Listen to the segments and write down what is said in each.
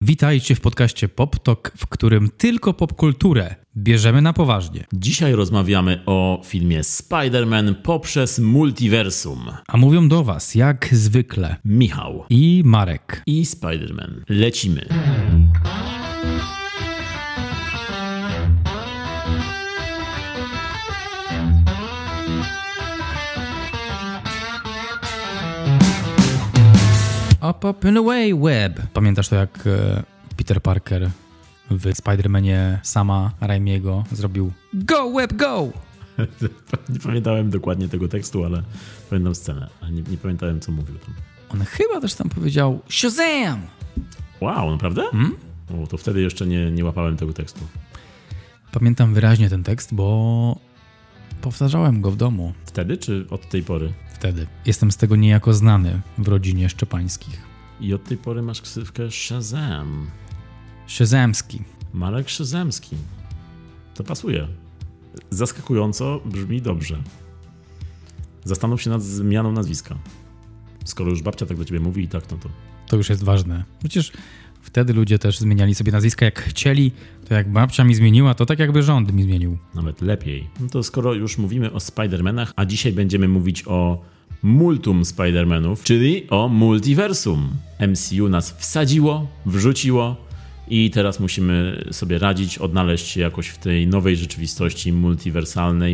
Witajcie w podcaście PopTok, w którym tylko popkulturę bierzemy na poważnie. Dzisiaj rozmawiamy o filmie Spider-Man poprzez multiversum. A mówią do was, jak zwykle, Michał i Marek. i Spider-Man. Lecimy. Up and away web. Pamiętasz to, jak Peter Parker w Spider-Manie Sama Raimiego zrobił Go web go! Nie pamiętałem dokładnie tego tekstu, ale pamiętam scenę, a nie pamiętałem, co mówił tam. On chyba też tam powiedział Shazam! Wow, naprawdę? O, to wtedy jeszcze nie łapałem tego tekstu. Pamiętam wyraźnie ten tekst, bo powtarzałem go w domu. Wtedy czy od tej pory? Wtedy. Jestem z tego niejako znany w rodzinie Szczepańskich. I od tej pory masz ksywkę Shazam. Shazamski. Marek Shazamski. To pasuje. Zaskakująco brzmi dobrze. Zastanów się nad zmianą nazwiska. Skoro już babcia tak do ciebie mówi i tak, no to... To już jest ważne. Przecież wtedy ludzie też zmieniali sobie nazwiska jak chcieli, to jak babcia mi zmieniła, to tak jakby rząd mi zmienił. Nawet lepiej. No to skoro już mówimy o Spider-Manach, a dzisiaj będziemy mówić o multum Spider-Manów, czyli o multiversum. MCU nas wsadziło, wrzuciło i teraz musimy sobie radzić, odnaleźć się jakoś w tej nowej rzeczywistości multiwersalnej,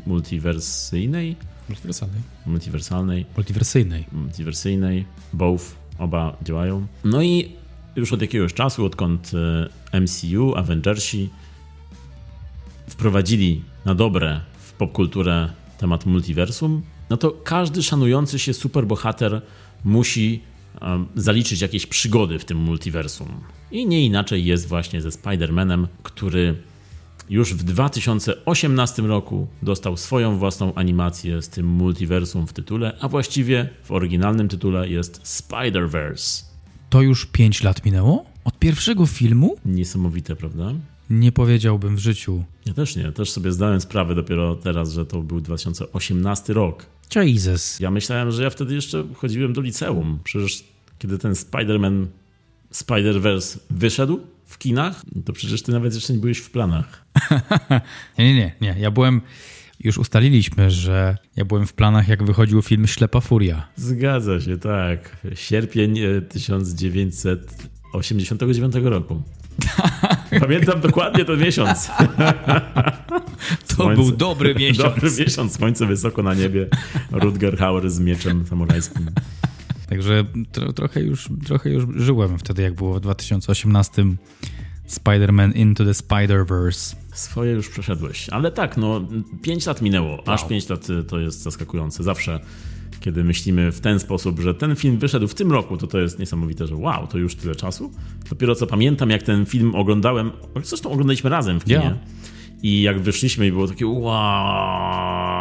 multiwersyjnej. Both, oba działają. No i już od jakiegoś czasu, odkąd MCU, Avengersi wprowadzili na dobre w popkulturę temat multiversum, no to każdy szanujący się superbohater musi zaliczyć jakieś przygody w tym multiversum. I nie inaczej jest właśnie ze Spider-Manem, który już w 2018 roku dostał swoją własną animację z tym multiversum w tytule, a właściwie w oryginalnym tytule jest Spider-Verse. To już 5 lat minęło? Od pierwszego filmu? Niesamowite, prawda? Nie powiedziałbym w życiu. Ja też nie. Też sobie zdałem sprawę dopiero teraz, że to był 2018 rok. Jesus. Ja myślałem, że ja wtedy jeszcze chodziłem do liceum. Przecież kiedy ten Spider-Verse wyszedł w kinach, to przecież ty nawet jeszcze nie byłeś w planach. Nie. Ja byłem... Już ustaliliśmy, że ja byłem w planach, jak wychodził film Ślepa Furia. Zgadza się, tak. Sierpień 1989 roku. Pamiętam dokładnie ten miesiąc. To był dobry miesiąc. Dobry miesiąc, słońce wysoko na niebie, Rutger Hauer z mieczem samurajskim. Także trochę już żyłem wtedy, jak było w 2018 Spider-Man Into the Spider-Verse. Swoje już przeszedłeś. Ale tak, 5 lat minęło. Wow. Aż 5 lat to jest zaskakujące. Zawsze, kiedy myślimy w ten sposób, że ten film wyszedł w tym roku, to jest niesamowite, że wow, to już tyle czasu. Dopiero co pamiętam, jak ten film oglądałem, zresztą oglądaliśmy razem w kinie. Yeah. I jak wyszliśmy i było takie wow.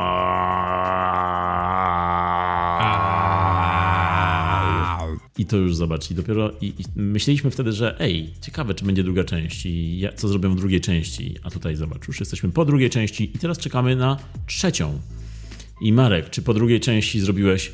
I to już zobacz. I dopiero i myśleliśmy wtedy, że ciekawe, czy będzie druga część i co zrobią w drugiej części. A tutaj zobacz, już jesteśmy po drugiej części i teraz czekamy na trzecią. I Marek, czy po drugiej części zrobiłeś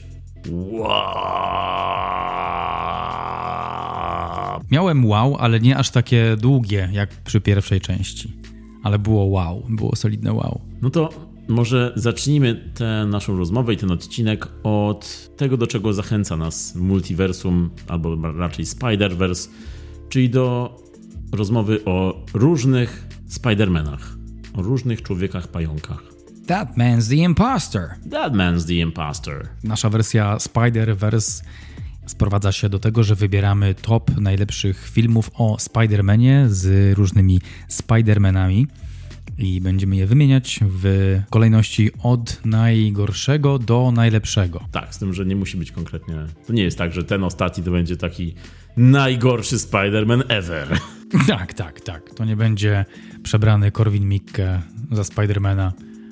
wow? Miałem wow, ale nie aż takie długie jak przy pierwszej części. Ale było wow, było solidne wow. No to może zacznijmy tę naszą rozmowę i ten odcinek od tego, do czego zachęca nas multiversum, albo raczej Spider-Verse, czyli do rozmowy o różnych Spider-Manach, o różnych człowiekach pająkach. That man's the imposter. Nasza wersja Spider-Verse sprowadza się do tego, że wybieramy top najlepszych filmów o Spider-Manie z różnymi Spider-Manami. I będziemy je wymieniać w kolejności od najgorszego do najlepszego. Tak, z tym, że nie musi być konkretnie... To nie jest tak, że ten ostatni to będzie taki najgorszy Spider-Man ever. Tak. To nie będzie przebrany Korwin-Mikke za Spider-Mana.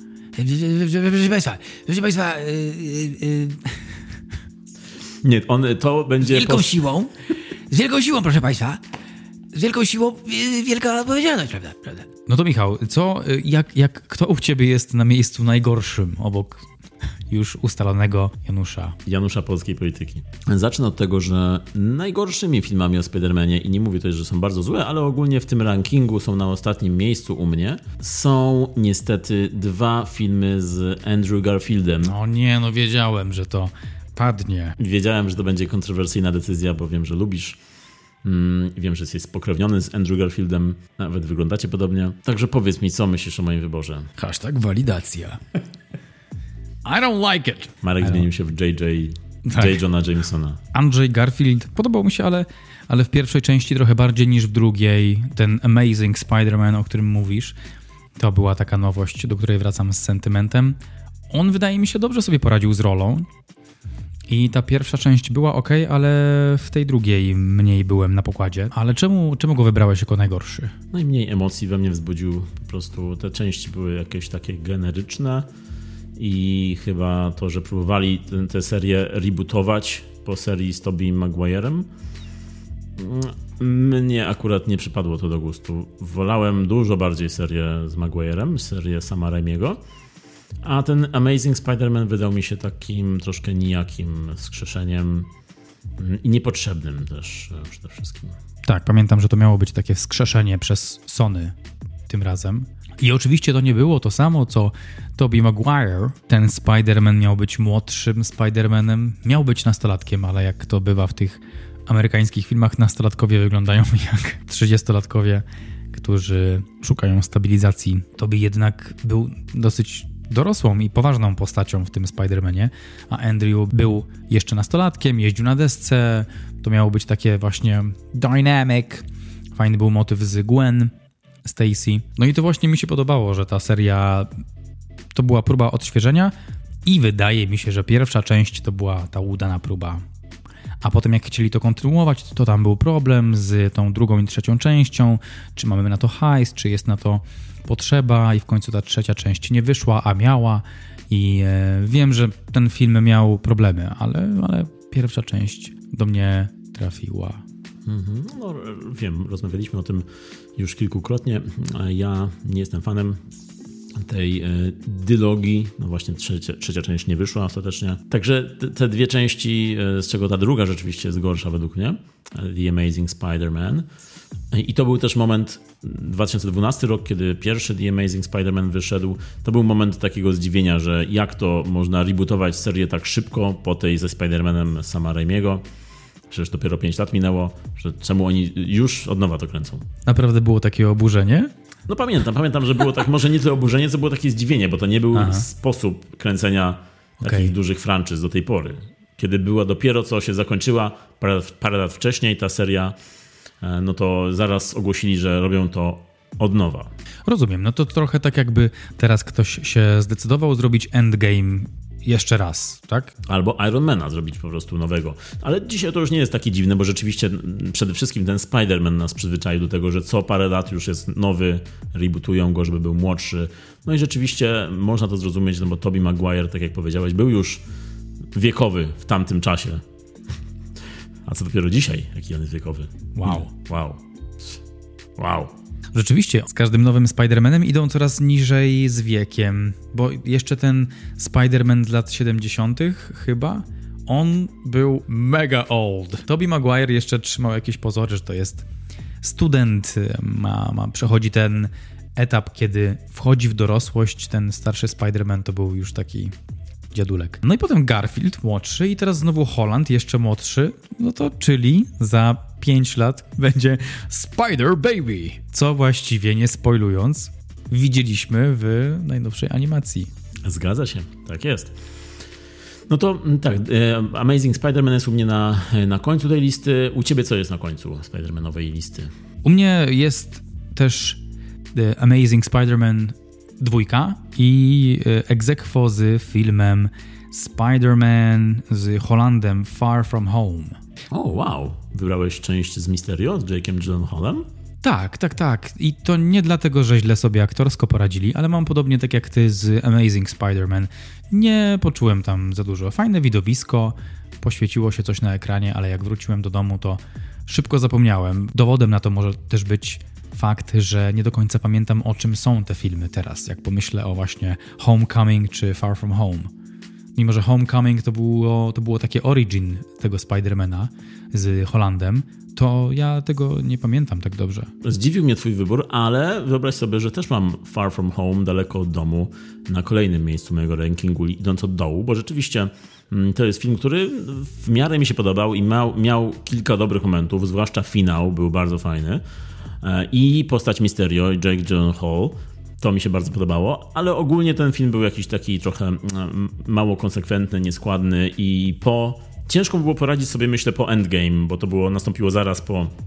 Proszę Państwa... Nie, to będzie... Z wielką siłą, proszę Państwa. Z wielką siłą, wielka odpowiedzialność, prawda? No to Michał, kto u ciebie jest na miejscu najgorszym obok już ustalonego Janusza polskiej polityki. Zacznę od tego, że najgorszymi filmami o Spider-Manie, i nie mówię też, że są bardzo złe, ale ogólnie w tym rankingu są na ostatnim miejscu u mnie, są niestety 2 filmy z Andrew Garfieldem. O nie, no wiedziałem, że to padnie. Wiedziałem, że to będzie kontrowersyjna decyzja, bo wiem, że lubisz. Wiem, że jesteś spokrewniony z Andrew Garfieldem, nawet wyglądacie podobnie. Także powiedz mi, co myślisz o moim wyborze. #walidacja. I don't like it. Marek zmienił się w J. Jonah Jamesona. Andrew Garfield podobał mi się, ale w pierwszej części trochę bardziej niż w drugiej. Ten Amazing Spider-Man, o którym mówisz, to była taka nowość, do której wracam z sentymentem. On, wydaje mi się, dobrze sobie poradził z rolą. I ta pierwsza część była ok, ale w tej drugiej mniej byłem na pokładzie. Ale czemu go wybrałeś jako najgorszy? Najmniej emocji we mnie wzbudził. Po prostu te części były jakieś takie generyczne i chyba to, że próbowali tę serię rebootować po serii z Tobeyem Maguire'em, mnie akurat nie przypadło to do gustu. Wolałem dużo bardziej serię z Maguire'em, serię Sama Raimiego. A ten Amazing Spider-Man wydał mi się takim troszkę nijakim wskrzeszeniem i niepotrzebnym też przede wszystkim. Tak, pamiętam, że to miało być takie wskrzeszenie przez Sony tym razem. I oczywiście to nie było to samo, co Tobey Maguire. Ten Spider-Man miał być młodszym Spider-Manem, miał być nastolatkiem, ale jak to bywa w tych amerykańskich filmach, nastolatkowie wyglądają jak 30-latkowie, którzy szukają stabilizacji. Tobey jednak był dosyć dorosłą i poważną postacią w tym Spider-Manie, a Andrew był jeszcze nastolatkiem, jeździł na desce, to miało być takie właśnie dynamic, fajny był motyw z Gwen Stacy. No i to właśnie mi się podobało, że ta seria to była próba odświeżenia i wydaje mi się, że pierwsza część to była ta udana próba. A potem jak chcieli to kontynuować, to tam był problem z tą drugą i trzecią częścią, czy mamy na to hajs, czy jest na to potrzeba i w końcu ta trzecia część nie wyszła, a miała i wiem, że ten film miał problemy, ale pierwsza część do mnie trafiła. No, wiem, rozmawialiśmy o tym już kilkukrotnie. Ja nie jestem fanem tej dylogii. No właśnie trzecia część nie wyszła ostatecznie. Także te 2 części, z czego ta druga rzeczywiście jest gorsza według mnie, The Amazing Spider-Man. I to był też moment, 2012 rok, kiedy pierwszy The Amazing Spider-Man wyszedł, to był moment takiego zdziwienia, że jak to można rebootować serię tak szybko po tej ze Spider-Manem Sama Raimiego. Przecież dopiero 5 lat minęło, że czemu oni już od nowa to kręcą. Naprawdę było takie oburzenie? No pamiętam, że było tak, może nie tyle oburzenie, co było takie zdziwienie, bo to nie był sposób kręcenia takich dużych franczyz do tej pory. Kiedy była dopiero co się zakończyła, parę lat wcześniej ta seria, no to zaraz ogłosili, że robią to od nowa. Rozumiem, no to trochę tak jakby teraz ktoś się zdecydował zrobić Endgame jeszcze raz, tak? Albo Ironmana zrobić po prostu nowego. Ale dzisiaj to już nie jest takie dziwne, bo rzeczywiście przede wszystkim ten Spider-Man nas przyzwyczaił do tego, że co parę lat już jest nowy, rebootują go, żeby był młodszy. No i rzeczywiście można to zrozumieć, no bo Tobey Maguire, tak jak powiedziałeś, był już wiekowy w tamtym czasie. A co dopiero dzisiaj, jaki on jest wiekowy. Wow. Rzeczywiście, z każdym nowym Spider-Manem idą coraz niżej z wiekiem, bo jeszcze ten Spider-Man z lat 70. chyba, on był mega old. Tobey Maguire jeszcze trzymał jakieś pozory, że to jest student, przechodzi ten etap, kiedy wchodzi w dorosłość, ten starszy Spider-Man to był już taki dziadulek. No i potem Garfield młodszy i teraz znowu Holland jeszcze młodszy, no to czyli za 5 lat będzie Spider Baby, co właściwie nie spoilując widzieliśmy w najnowszej animacji. Zgadza się, tak jest. No to tak, Amazing Spider-Man jest u mnie na końcu tej listy. U ciebie co jest na końcu Spider-Manowej listy? U mnie jest też Amazing Spider-Man 2 i ex aequo z filmem Spider-Man z Hollandem Far From Home. O, wow. Wybrałeś część z Mysterio z Jake'em Gyllenhaalem? Tak. I to nie dlatego, że źle sobie aktorsko poradzili, ale mam podobnie tak jak ty z Amazing Spider-Man. Nie poczułem tam za dużo. Fajne widowisko, poświeciło się coś na ekranie, ale jak wróciłem do domu, to szybko zapomniałem. Dowodem na to może też być fakt, że nie do końca pamiętam, o czym są te filmy teraz, jak pomyślę o właśnie Homecoming czy Far From Home. mimo że Homecoming to było takie origin tego Spidermana z Hollandem, to ja tego nie pamiętam tak dobrze. Zdziwił mnie twój wybór, ale wyobraź sobie, że też mam Far From Home, daleko od domu, na kolejnym miejscu mojego rankingu, idąc od dołu, bo rzeczywiście to jest film, który w miarę mi się podobał i miał kilka dobrych momentów, zwłaszcza finał był bardzo fajny i postać Mysterio i Jake Gyllenhaal. To mi się bardzo podobało, ale ogólnie ten film był jakiś taki trochę mało konsekwentny, nieskładny i ciężko było poradzić sobie, myślę, po Endgame, bo to nastąpiło zaraz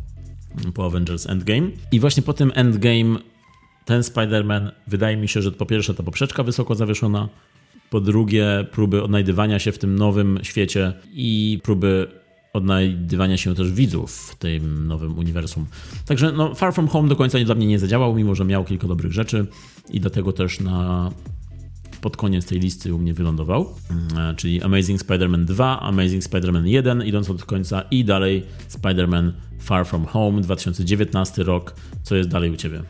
po Avengers Endgame. I właśnie po tym Endgame ten Spider-Man, wydaje mi się, że po pierwsze ta poprzeczka wysoko zawieszona, po drugie próby odnajdywania się w tym nowym świecie i próby odnajdywania się też widzów w tym nowym uniwersum. Także Far From Home do końca dla mnie nie zadziałał, mimo że miał kilka dobrych rzeczy i dlatego też pod koniec tej listy u mnie wylądował, czyli Amazing Spider-Man 2, Amazing Spider-Man 1, idąc od końca i dalej Spider-Man Far From Home, 2019 rok. Co jest dalej u ciebie?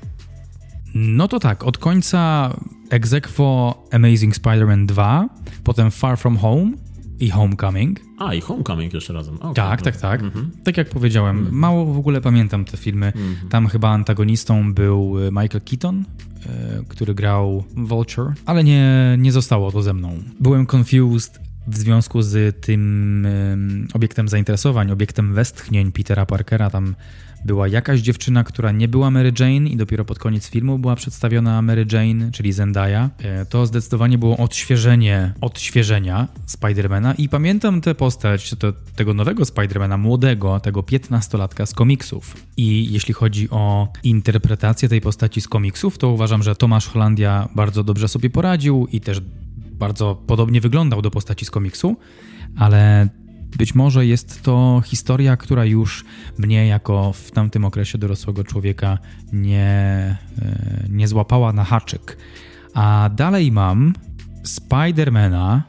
No to tak, od końca ex aequo Amazing Spider-Man 2, potem Far From Home i Homecoming. I Homecoming jeszcze razem. Okay, tak. Tak jak powiedziałem, mało w ogóle pamiętam te filmy. Tam chyba antagonistą był Michael Keaton, który grał Vulture, ale nie zostało to ze mną. Byłem confused w związku z tym obiektem zainteresowań, obiektem westchnień Petera Parkera. Tam była jakaś dziewczyna, która nie była Mary Jane i dopiero pod koniec filmu była przedstawiona Mary Jane, czyli Zendaya. To zdecydowanie było odświeżenia Spidermana i pamiętam tę postać, tego nowego Spidermana, młodego, tego 15-latka z komiksów. I jeśli chodzi o interpretację tej postaci z komiksów, to uważam, że Tomasz Hollandia bardzo dobrze sobie poradził i też bardzo podobnie wyglądał do postaci z komiksu, ale być może jest to historia, która już mnie jako w tamtym okresie dorosłego człowieka nie złapała na haczyk. A dalej mam Spidermana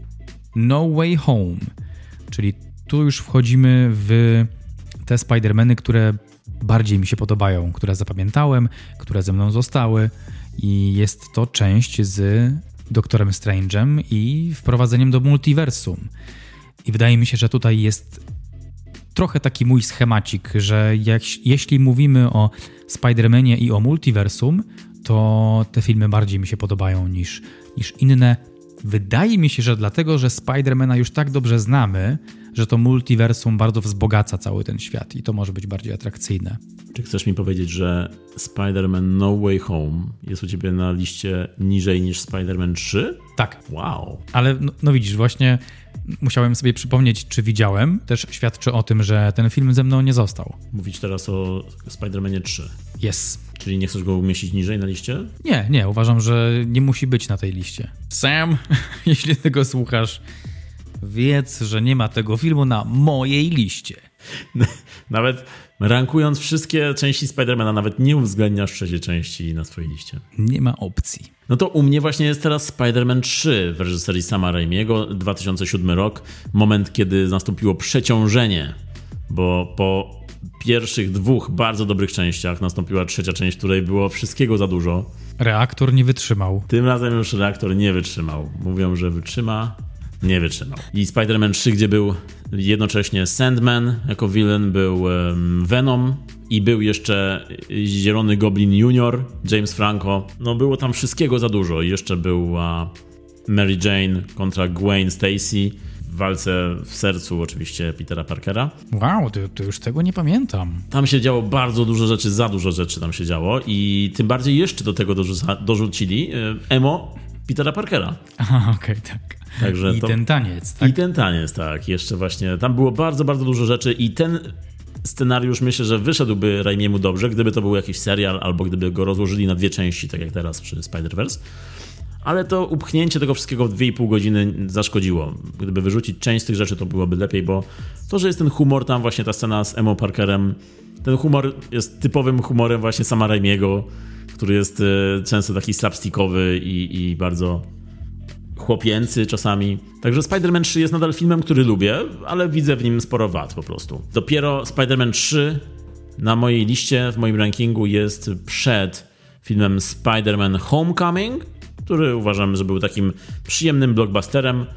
No Way Home, czyli tu już wchodzimy w te Spidermany, które bardziej mi się podobają, które zapamiętałem, które ze mną zostały i jest to część z Doktorem Strange'em i wprowadzeniem do multiversum. I wydaje mi się, że tutaj jest trochę taki mój schemacik, że jeśli mówimy o Spider-Manie i o multiversum, to te filmy bardziej mi się podobają niż inne. Wydaje mi się, że dlatego, że Spider-Mana już tak dobrze znamy, że to multiversum bardzo wzbogaca cały ten świat i to może być bardziej atrakcyjne. Czy chcesz mi powiedzieć, że Spider-Man No Way Home jest u ciebie na liście niżej niż Spider-Man 3? Tak. Wow. Ale no widzisz, właśnie musiałem sobie przypomnieć, czy widziałem. Też świadczy o tym, że ten film ze mną nie został. Mówić teraz o Spider-Manie 3. Yes. Czyli nie chcesz go umieścić niżej na liście? Nie. Uważam, że nie musi być na tej liście. Sam, jeśli tego słuchasz, wiedz, że nie ma tego filmu na mojej liście. Nawet rankując wszystkie części Spider-Mana, nawet nie uwzględniasz trzeciej części na swojej liście. Nie ma opcji. No to u mnie właśnie jest teraz Spider-Man 3 w reżyserii Sama Raimiego, 2007 rok. Moment, kiedy nastąpiło przeciążenie, bo po pierwszych dwóch bardzo dobrych częściach nastąpiła trzecia część, w której było wszystkiego za dużo. Reaktor nie wytrzymał. Tym razem już reaktor nie wytrzymał. Mówią, że wytrzyma. Nie wytrzymał. I Spider-Man 3, gdzie był jednocześnie Sandman jako villain, był Venom i był jeszcze Zielony Goblin Junior, James Franco. No było tam wszystkiego za dużo. I jeszcze była Mary Jane kontra Gwen Stacy w walce w sercu oczywiście Petera Parkera. Wow, to już tego nie pamiętam. Tam się działo bardzo dużo rzeczy, za dużo rzeczy tam się działo i tym bardziej jeszcze do tego dorzucili emo Petera Parkera. Aha, okej, tak. Także ten taniec, tak? I ten taniec, tak. Jeszcze właśnie, tam było bardzo, bardzo dużo rzeczy i ten scenariusz myślę, że wyszedłby Raimiemu dobrze, gdyby to był jakiś serial albo gdyby go rozłożyli na dwie części, tak jak teraz przy Spider-Verse. Ale to upchnięcie tego wszystkiego w 2,5 godziny zaszkodziło. Gdyby wyrzucić część z tych rzeczy, to byłoby lepiej, bo to, że jest ten humor tam, właśnie ta scena z Emo Parkerem, ten humor jest typowym humorem właśnie Sama Raimiego, który jest często taki slapstickowy i bardzo chłopięcy czasami. Także Spider-Man 3 jest nadal filmem, który lubię, ale widzę w nim sporo wad po prostu. Dopiero Spider-Man 3 na mojej liście, w moim rankingu jest przed filmem Spider-Man Homecoming, który uważam, że był takim przyjemnym blockbusterem,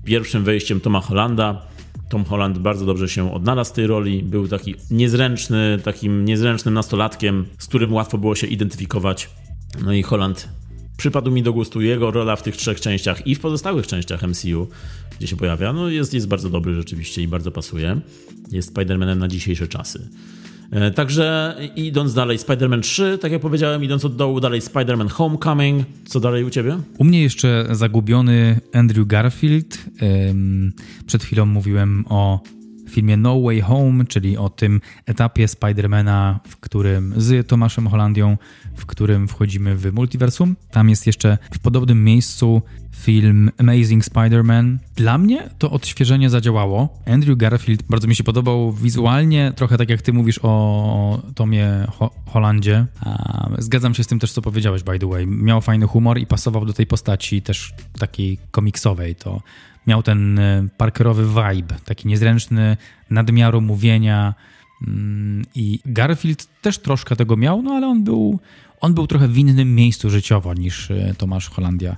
pierwszym wejściem Toma Hollanda. Tom Holland bardzo dobrze się odnalazł w tej roli. Był takim niezręcznym nastolatkiem, z którym łatwo było się identyfikować. No i Holland przypadł mi do gustu. Jego rola w tych 3 częściach i w pozostałych częściach MCU, gdzie się pojawia, no jest bardzo dobry rzeczywiście i bardzo pasuje. Jest Spider-Manem na dzisiejsze czasy. Także idąc dalej, Spider-Man 3, tak jak powiedziałem, idąc od dołu, dalej Spider-Man Homecoming. Co dalej u ciebie? U mnie jeszcze zagubiony Andrew Garfield. Przed chwilą mówiłem o filmie No Way Home, czyli o tym etapie Spider-Mana, z Tomaszem Hollandią, w którym wchodzimy w multiversum. Tam jest jeszcze w podobnym miejscu film Amazing Spider-Man. Dla mnie to odświeżenie zadziałało. Andrew Garfield bardzo mi się podobał wizualnie, trochę tak jak ty mówisz o Tomie Hollandzie. Zgadzam się z tym też, co powiedziałeś, by the way. Miał fajny humor i pasował do tej postaci też takiej komiksowej. To miał ten parkerowy vibe, taki niezręczny, nadmiaru mówienia i Garfield też troszkę tego miał, no ale on był trochę w innym miejscu życiowo niż Tomasz Hollandia.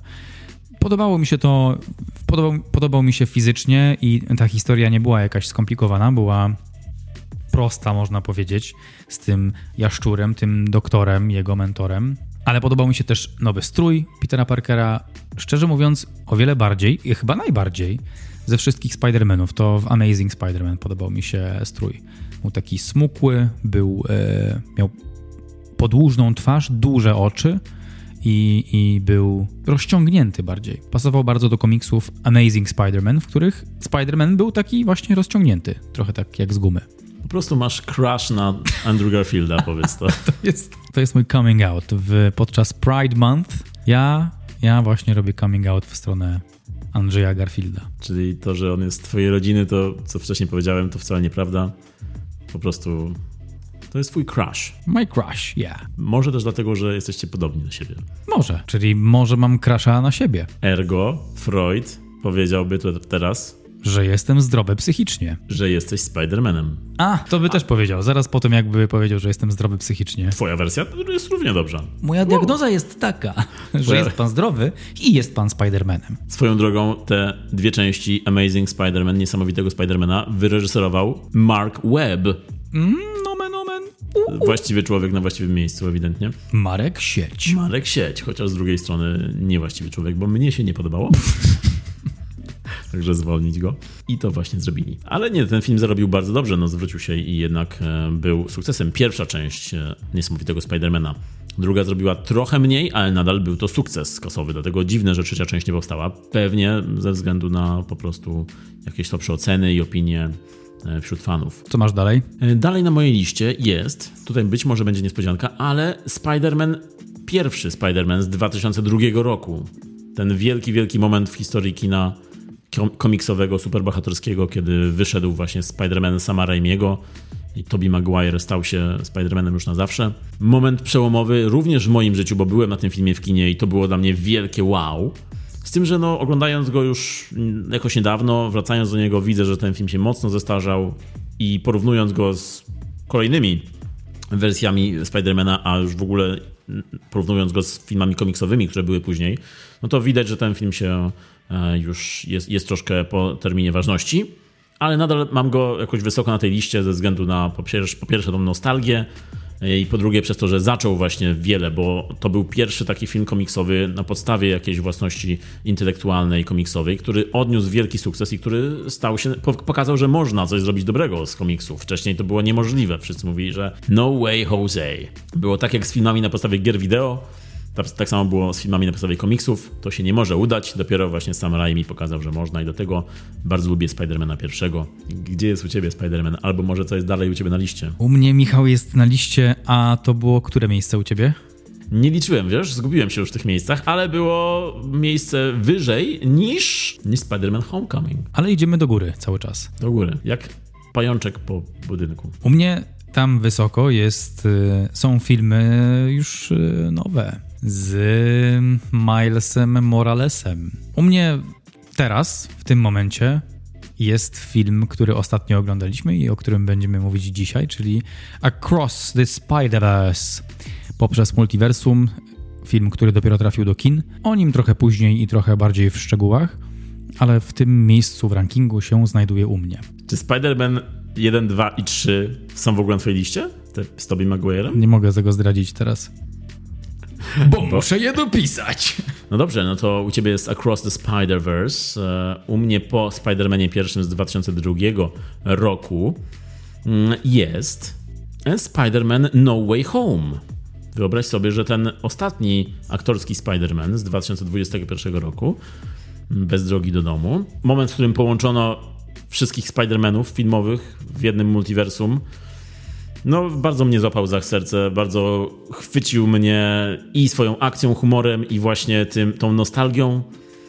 Podobał mi się fizycznie i ta historia nie była jakaś skomplikowana, była prosta, można powiedzieć, z tym jaszczurem, tym doktorem, jego mentorem. Ale podobał mi się też nowy strój Petera Parkera. Szczerze mówiąc, o wiele bardziej i chyba najbardziej ze wszystkich Spider-Manów. To w Amazing Spider-Man podobał mi się strój. Był taki smukły, miał podłużną twarz, duże oczy i był rozciągnięty bardziej. Pasował bardzo do komiksów Amazing Spider-Man, w których Spider-Man był taki właśnie rozciągnięty. Trochę tak jak z gumy. Po prostu masz crush na Andrew Garfielda, powiedz to. To jest mój coming out. Podczas Pride Month ja właśnie robię coming out w stronę Andrzeja Garfielda. Czyli to, że on jest z twojej rodziny, to co wcześniej powiedziałem, to wcale nieprawda. Po prostu to jest twój crush. My crush, yeah. Może też dlatego, że jesteście podobni do siebie. Może, czyli może mam crusha na siebie. Ergo Freud powiedziałby to teraz, że jestem zdrowy psychicznie. Że jesteś Spider-Manem. To by też powiedział. Zaraz po tym, jakby powiedział, że jestem zdrowy psychicznie. Twoja wersja jest równie dobrze. Moja diagnoza jest taka, że jest pan zdrowy i jest pan Spider-Manem. Swoją drogą te 2 części Amazing Spider-Man, niesamowitego Spider-Mana, wyreżyserował Mark Webb. Nomen, omen. Właściwy człowiek na właściwym miejscu, ewidentnie. Marek Sieć, chociaż z drugiej strony niewłaściwy człowiek, bo mnie się nie podobało. Także zwolnić go. I to właśnie zrobili. Ale nie, ten film zarobił bardzo dobrze, zwrócił się i jednak był sukcesem. Pierwsza część niesamowitego Spider-Mana. Druga zrobiła trochę mniej, ale nadal był to sukces kasowy, dlatego dziwne, że trzecia część nie powstała. Pewnie ze względu na po prostu jakieś słabsze oceny i opinie wśród fanów. Co masz dalej? Dalej na mojej liście jest, tutaj być może będzie niespodzianka, ale pierwszy Spider-Man z 2002 roku. Ten wielki moment w historii kina komiksowego, superbohaterskiego, kiedy wyszedł właśnie Spider-Man Sama Raimiego i Tobey Maguire stał się Spider-Manem już na zawsze. Moment przełomowy również w moim życiu, bo byłem na tym filmie w kinie i to było dla mnie wielkie wow. Z tym, że oglądając go już jakoś niedawno, wracając do niego, widzę, że ten film się mocno zestarzał i porównując go z kolejnymi wersjami Spider-Mana, a już w ogóle porównując go z filmami komiksowymi, które były później, no to widać, że ten film się już jest troszkę po terminie ważności, ale nadal mam go jakoś wysoko na tej liście ze względu na po pierwsze tą nostalgię i po drugie przez to, że zaczął właśnie wiele, bo to był pierwszy taki film komiksowy na podstawie jakiejś własności intelektualnej, komiksowej, który odniósł wielki sukces i który pokazał, że można coś zrobić dobrego z komiksów. Wcześniej to było niemożliwe. Wszyscy mówili, że no way Jose. Było tak jak z filmami na podstawie gier wideo, tak samo było z filmami na podstawie komiksów. To się nie może udać. Dopiero właśnie Sam Raimi pokazał, że można i do tego bardzo lubię Spider-Mana pierwszego. Gdzie jest u ciebie Spider-Man? Albo może co jest dalej u ciebie na liście? U mnie, Michał, jest na liście, a to było które miejsce u ciebie? Nie liczyłem, wiesz? Zgubiłem się już w tych miejscach, ale było miejsce wyżej niż Spider-Man Homecoming. Ale idziemy do góry cały czas. Do góry. Jak pajączek po budynku. U mnie tam wysoko są filmy już nowe z Milesem Moralesem. U mnie teraz, w tym momencie, jest film, który ostatnio oglądaliśmy i o którym będziemy mówić dzisiaj, czyli Across the Spider-Verse. Poprzez multiversum, film, który dopiero trafił do kin. O nim trochę później i trochę bardziej w szczegółach. ale w tym miejscu w rankingu się znajduje u mnie. Czy Spider-Man 1, 2 i 3 są w ogóle na twojej liście? Te z Tobey Maguire'em? Nie mogę tego zdradzić teraz. Bo muszę je dopisać. No dobrze, no to u ciebie jest Across the Spider-Verse. U mnie po Spider-Manie pierwszym z 2002 roku jest Spider-Man No Way Home. Wyobraź sobie, że ten ostatni aktorski Spider-Man z 2021 roku, Bez drogi do domu, moment, w którym połączono wszystkich Spider-Manów filmowych w jednym multiversum, no bardzo mnie złapał za serce, bardzo chwycił mnie i swoją akcją, humorem i właśnie tą nostalgią,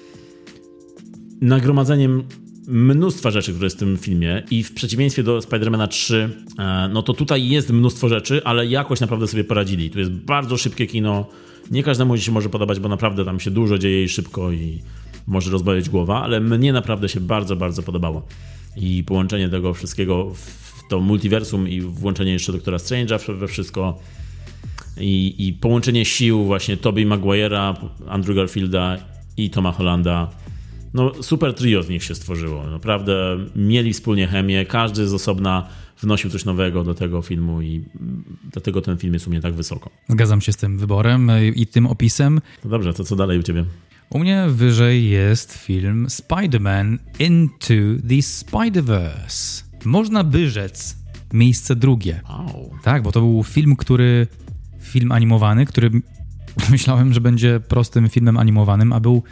nagromadzeniem mnóstwa rzeczy, które jest w tym filmie i w przeciwieństwie do Spider-Mana 3, no to tutaj jest mnóstwo rzeczy, ale jakoś naprawdę sobie poradzili. Tu jest bardzo szybkie kino, nie każdemu się może podobać, bo naprawdę tam się dużo dzieje i szybko i może rozboleć głowa, ale mnie naprawdę się bardzo, bardzo podobało. I połączenie tego wszystkiego w to multiversum i włączenie jeszcze Doktora Strange'a we wszystko i połączenie sił właśnie Tobey Maguire'a, Andrew Garfielda i Toma Hollanda. No super trio z nich się stworzyło. Naprawdę mieli wspólnie chemię, każdy z osobna wnosił coś nowego do tego filmu i dlatego ten film jest u mnie tak wysoko. Zgadzam się z tym wyborem i tym opisem. No dobrze, to co dalej u ciebie? U mnie wyżej jest film Spider-Man Into the Spider-Verse. Można by rzec miejsce drugie. Wow. Tak, bo to był film animowany, który myślałem, że będzie prostym filmem animowanym, a był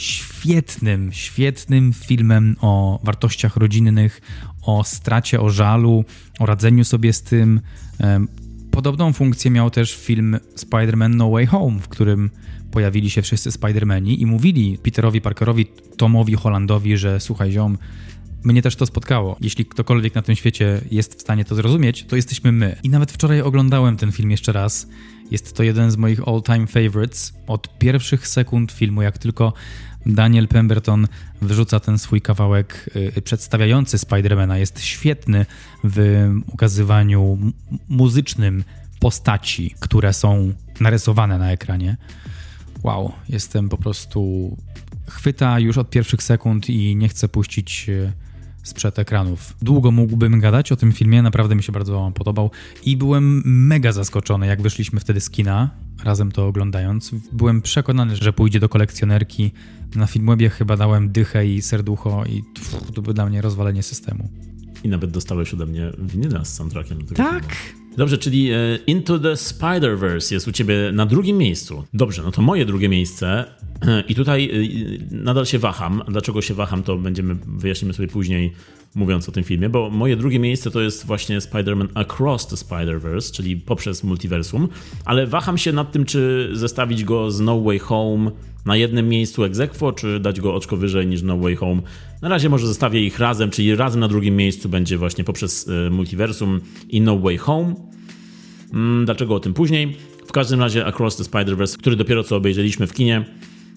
świetnym filmem o wartościach rodzinnych, o stracie, o żalu, o radzeniu sobie z tym. Podobną funkcję miał też film Spider-Man No Way Home, w którym pojawili się wszyscy Spider-Mani i mówili Peterowi Parkerowi, Tomowi Hollandowi, że słuchaj ziom, mnie też to spotkało. Jeśli ktokolwiek na tym świecie jest w stanie to zrozumieć, to jesteśmy my. I nawet wczoraj oglądałem ten film jeszcze raz. Jest to jeden z moich all-time favorites. Od pierwszych sekund filmu, jak tylko Daniel Pemberton wyrzuca ten swój kawałek przedstawiający Spidermana, jest świetny w ukazywaniu muzycznym postaci, które są narysowane na ekranie. Wow, jestem po prostu... Chwyta już od pierwszych sekund i nie chcę puścić sprzed ekranów. Długo mógłbym gadać o tym filmie, naprawdę mi się bardzo podobał i byłem mega zaskoczony, jak wyszliśmy wtedy z kina, razem to oglądając. Byłem przekonany, że pójdzie do kolekcjonerki. Na Filmwebie chyba dałem dychę i serducho i to było dla mnie rozwalenie systemu. I nawet dostałeś ode mnie winyla z soundtrackiem do tego tak. filmu. Dobrze, czyli Into the Spider-Verse jest u ciebie na drugim miejscu. Dobrze, no to moje drugie miejsce i tutaj nadal się waham. Dlaczego się waham, to wyjaśnimy sobie później, mówiąc o tym filmie, bo moje drugie miejsce to jest właśnie Spider-Man Across the Spider-Verse, czyli poprzez multiversum, ale waham się nad tym, czy zestawić go z No Way Home na jednym miejscu ex aequo, czy dać go oczko wyżej niż No Way Home. Na razie może zestawię ich razem, czyli razem na drugim miejscu będzie właśnie poprzez multiversum i No Way Home. Dlaczego o tym później? W każdym razie Across the Spider-Verse, który dopiero co obejrzeliśmy w kinie,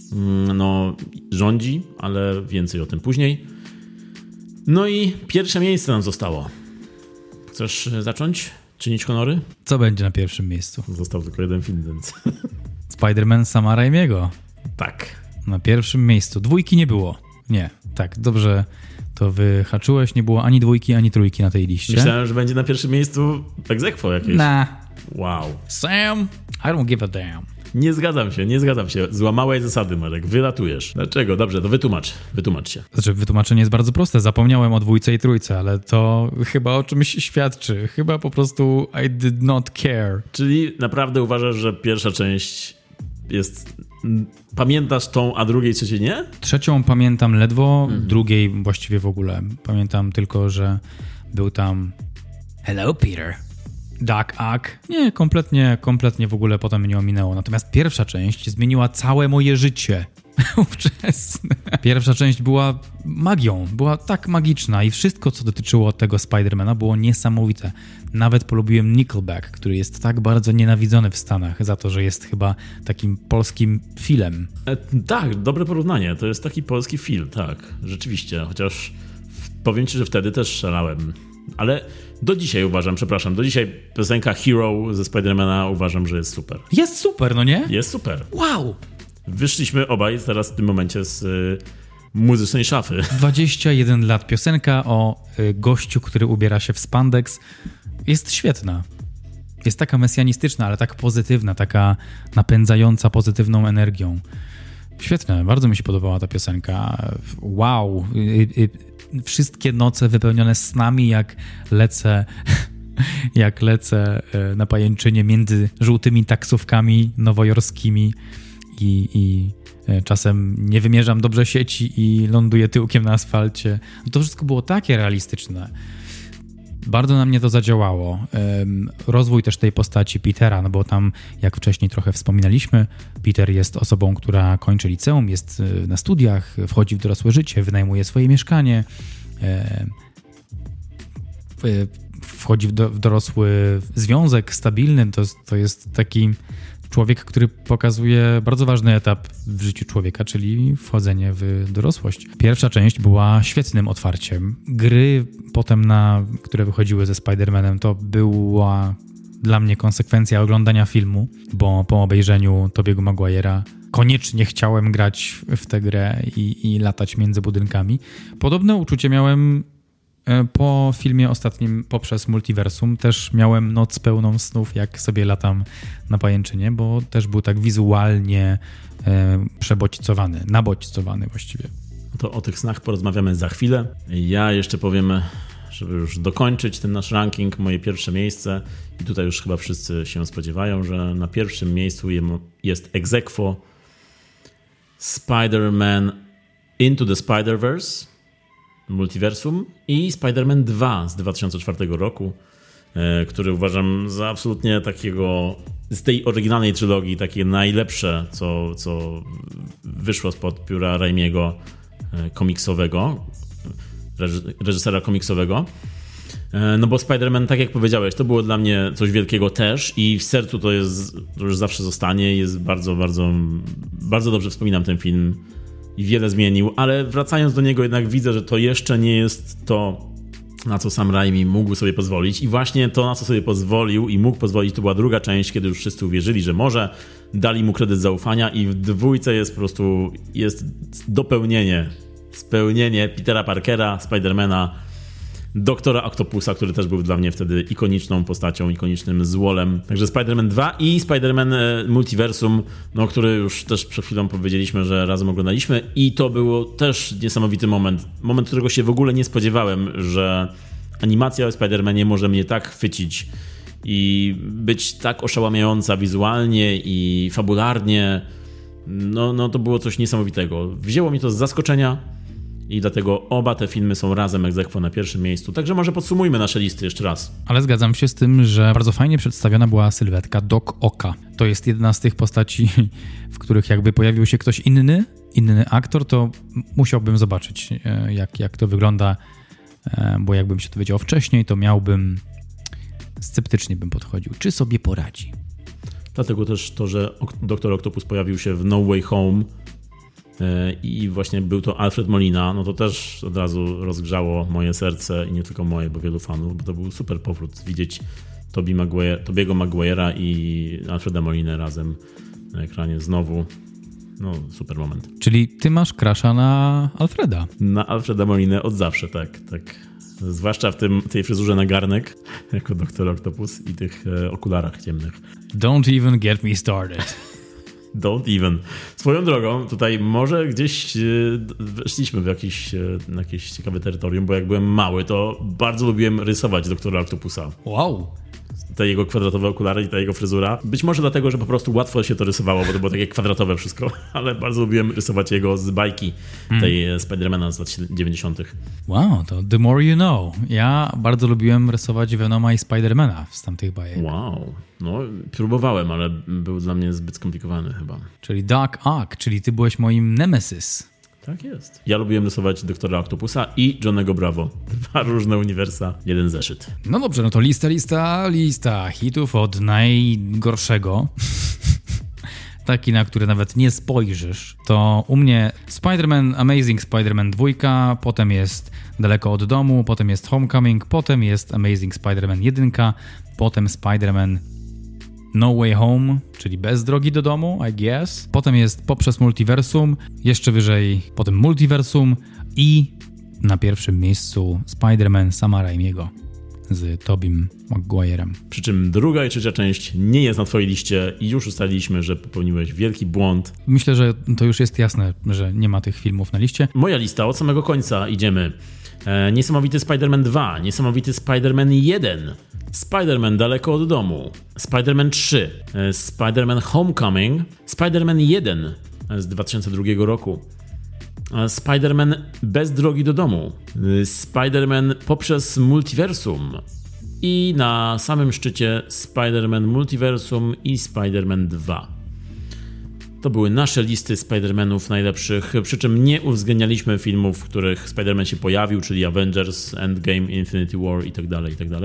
no rządzi, ale więcej o tym później. No i pierwsze miejsce nam zostało. Chcesz zacząć? Czynić honory? Co będzie na pierwszym miejscu? Został tylko jeden film, więc... Spider-Man Sama Raimiego. Tak. Na pierwszym miejscu. Dwójki nie było. Nie, tak, dobrze to wyhaczyłeś. Nie było ani dwójki, ani trójki na tej liście. Myślałem, że będzie na pierwszym miejscu ex aequo jakieś. Wow. Sam, I don't give a damn. Nie zgadzam się. Złamałeś zasady, Marek. Wylatujesz. Dlaczego? Dobrze, to wytłumacz się. Znaczy, wytłumaczenie jest bardzo proste. Zapomniałem o dwójce i trójce, ale to chyba o czymś świadczy. Chyba po prostu I did not care. Czyli naprawdę uważasz, że pierwsza część jest... Pamiętasz tą, a drugiej, trzeciej nie? Trzecią pamiętam ledwo, drugiej właściwie w ogóle. Pamiętam tylko, że był tam Hello, Peter. Doc Ock. Nie, kompletnie w ogóle potem mnie ominęło. Natomiast pierwsza część zmieniła całe moje życie ówczesne. Pierwsza część była magią, była tak magiczna i wszystko, co dotyczyło tego Spidermana, było niesamowite. Nawet polubiłem Nickelback, który jest tak bardzo nienawidzony w Stanach za to, że jest chyba takim polskim filmem. Tak, dobre porównanie. To jest taki polski film, tak. Rzeczywiście, chociaż powiem ci, że wtedy też szalałem. Ale do dzisiaj piosenka Hero ze Spidermana uważam, że jest super. Jest super, no nie? Jest super. Wow! Wyszliśmy obaj teraz w tym momencie muzycznej szafy. 21 lat. Piosenka o gościu, który ubiera się w spandex jest świetna. Jest taka mesjanistyczna, ale tak pozytywna, taka napędzająca pozytywną energią. Świetne, bardzo mi się podobała ta piosenka. Wow. Wszystkie noce wypełnione snami, jak lecę na pajęczynie między żółtymi taksówkami nowojorskimi i czasem nie wymierzam dobrze sieci i ląduję tyłkiem na asfalcie. To wszystko było takie realistyczne. Bardzo na mnie to zadziałało. Rozwój też tej postaci Petera, no bo tam, jak wcześniej trochę wspominaliśmy, Peter jest osobą, która kończy liceum, jest na studiach, wchodzi w dorosłe życie, wynajmuje swoje mieszkanie, wchodzi w dorosły związek stabilny. To jest taki człowiek, który pokazuje bardzo ważny etap w życiu człowieka, czyli wchodzenie w dorosłość. Pierwsza część była świetnym otwarciem. Gry potem, które wychodziły ze Spider-Manem, to była dla mnie konsekwencja oglądania filmu, bo po obejrzeniu Tobiego Maguire'a koniecznie chciałem grać w tę grę i latać między budynkami. Podobne uczucie miałem po filmie ostatnim poprzez Multiversum. Też miałem noc pełną snów, jak sobie latam na pajęczynie, bo też był tak wizualnie nabodźcowany właściwie. To o tych snach porozmawiamy za chwilę. Ja jeszcze powiem, żeby już dokończyć ten nasz ranking, moje pierwsze miejsce. I tutaj już chyba wszyscy się spodziewają, że na pierwszym miejscu jest ex aequo Spider-Man Into the Spider-Verse, Multiversum, i Spider-Man 2 z 2004 roku, który uważam za absolutnie takiego, z tej oryginalnej trylogii, takie najlepsze, co wyszło spod pióra Raimiego komiksowego, reżysera komiksowego. No bo Spider-Man, tak jak powiedziałeś, to było dla mnie coś wielkiego też i w sercu to już zawsze zostanie. Jest bardzo, bardzo, bardzo dobrze wspominam ten film i wiele zmienił, ale wracając do niego jednak widzę, że to jeszcze nie jest to, na co sam Raimi mógł sobie pozwolić, i właśnie to, na co sobie pozwolił i mógł pozwolić, to była druga część, kiedy już wszyscy uwierzyli, że może, dali mu kredyt zaufania, i w dwójce jest po prostu spełnienie Petera Parkera, Spidermana, Doktora Octopusa, który też był dla mnie wtedy ikoniczną postacią, ikonicznym złolem. Także Spider-Man 2 i Spider-Man Multiversum, który już też przed chwilą powiedzieliśmy, że razem oglądaliśmy, i to było też niesamowity moment, którego się w ogóle nie spodziewałem, że animacja o Spider-Manie może mnie tak chwycić i być tak oszałamiająca wizualnie i fabularnie. No to było coś niesamowitego. Wzięło mi to z zaskoczenia. I dlatego oba te filmy są razem ex aequo na pierwszym miejscu. Także może podsumujmy nasze listy jeszcze raz. Ale zgadzam się z tym, że bardzo fajnie przedstawiona była sylwetka Doc Ocka. To jest jedna z tych postaci, w których jakby pojawił się ktoś inny aktor, to musiałbym zobaczyć, jak to wygląda, bo jakbym się dowiedział wcześniej, to sceptycznie bym podchodził. Czy sobie poradzi? Dlatego też to, że Doktor Octopus pojawił się w No Way Home, i właśnie był to Alfred Molina, no to też od razu rozgrzało moje serce i nie tylko moje, bo wielu fanów, bo to był super powrót widzieć Tobiego Maguire'a i Alfreda Molinę razem na ekranie znowu. No, super moment. Czyli ty masz crusha na Alfreda? Na Alfreda Molinę od zawsze, tak. Zwłaszcza w tej fryzurze na garnek, jako Doktor Octopus, i tych okularach ciemnych. Don't even get me started. Don't even. Swoją drogą, tutaj może gdzieś weszliśmy w jakieś ciekawe terytorium, bo jak byłem mały, to bardzo lubiłem rysować Doktora Octopusa. Wow. Te jego kwadratowe okulary i ta jego fryzura. Być może dlatego, że po prostu łatwo się to rysowało, bo to było takie kwadratowe wszystko, ale bardzo lubiłem rysować jego z bajki tej Spidermana z lat 90. Wow, to the more you know. Ja bardzo lubiłem rysować Venoma i Spidermana z tamtych bajek. Wow, no próbowałem, ale był dla mnie zbyt skomplikowany chyba. Czyli Doc Ock, czyli ty byłeś moim nemesis. Tak jest. Ja lubiłem rysować Doktora Octopusa i Johnnego Bravo. 2 różne uniwersa, 1 zeszyt. No dobrze, no to lista hitów od najgorszego. Taki, na który nawet nie spojrzysz. To u mnie Spider-Man, Amazing Spider-Man 2, potem jest Daleko od domu, potem jest Homecoming, potem jest Amazing Spider-Man 1, potem Spider-Man No Way Home, czyli Bez drogi do domu, I guess. Potem jest Poprzez multiversum, jeszcze wyżej potem Multiversum i na pierwszym miejscu Spider-Man Sama Raimiego z Tobim Maguire'em. Przy czym druga i trzecia część nie jest na twojej liście i już ustaliliśmy, że popełniłeś wielki błąd. Myślę, że to już jest jasne, że nie ma tych filmów na liście. Moja lista od samego końca idziemy. Niesamowity Spider-Man 2, Niesamowity Spider-Man 1, Spider-Man Daleko od domu, Spider-Man 3, Spider-Man Homecoming, Spider-Man 1 z 2002 roku, Spider-Man Bez drogi do domu, Spider-Man Poprzez multiversum i na samym szczycie Spider-Man Multiversum i Spider-Man 2. To były nasze listy Spider-Manów najlepszych, przy czym nie uwzględnialiśmy filmów, w których Spider-Man się pojawił, czyli Avengers, Endgame, Infinity War itd.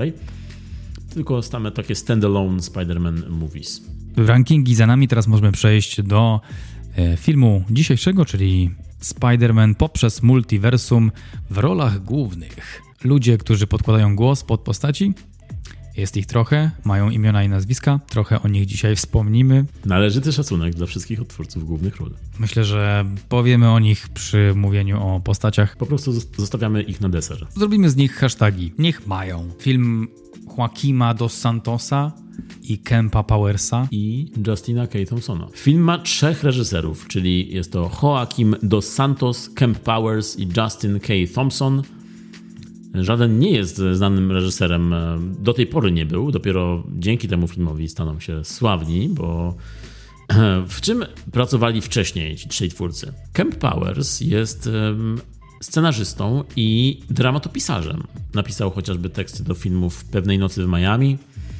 Tylko same takie standalone Spider-Man movies. Rankingi za nami, teraz możemy przejść do filmu dzisiejszego, czyli Spider-Man Poprzez multiversum w rolach głównych. Ludzie, którzy podkładają głos pod postaci. Jest ich trochę, mają imiona i nazwiska, trochę o nich dzisiaj wspomnimy. Należyty szacunek dla wszystkich odtwórców głównych ról. Myślę, że powiemy o nich przy mówieniu o postaciach. Po prostu zostawiamy ich na deser. Zrobimy z nich hashtagi. Niech mają. Film Joaquima dos Santosa i Kempa Powersa i Justina K. Thompsona. Film ma 3 reżyserów, czyli jest to Joaquim dos Santos, Kemp Powers i Justin K. Thompson. Żaden nie jest znanym reżyserem, do tej pory nie był, dopiero dzięki temu filmowi staną się sławni, bo w czym pracowali wcześniej ci trzej twórcy? Kemp Powers jest scenarzystą i dramatopisarzem. Napisał chociażby teksty do filmów Pewnej nocy w Miami,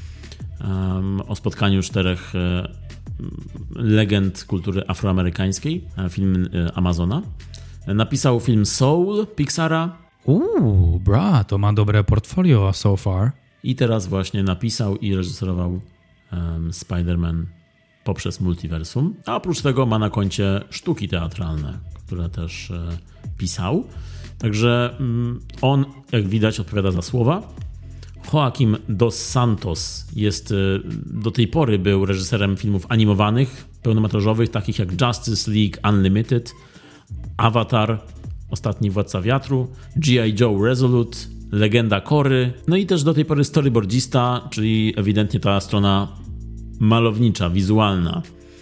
o spotkaniu 4 legend kultury afroamerykańskiej, film Amazona. Napisał film Soul Pixara. To ma dobre portfolio so far. I teraz właśnie napisał i reżyserował Spider-Man Poprzez multiversum. A oprócz tego ma na koncie sztuki teatralne, które też pisał. Także on, jak widać, odpowiada za słowa. Joaquim dos Santos do tej pory był reżyserem filmów animowanych, pełnometrażowych, takich jak Justice League Unlimited, Avatar, Ostatni Władca Wiatru, G.I. Joe Resolute, Legenda Korry, no i też do tej pory storyboardzista, czyli ewidentnie ta strona malownicza, wizualna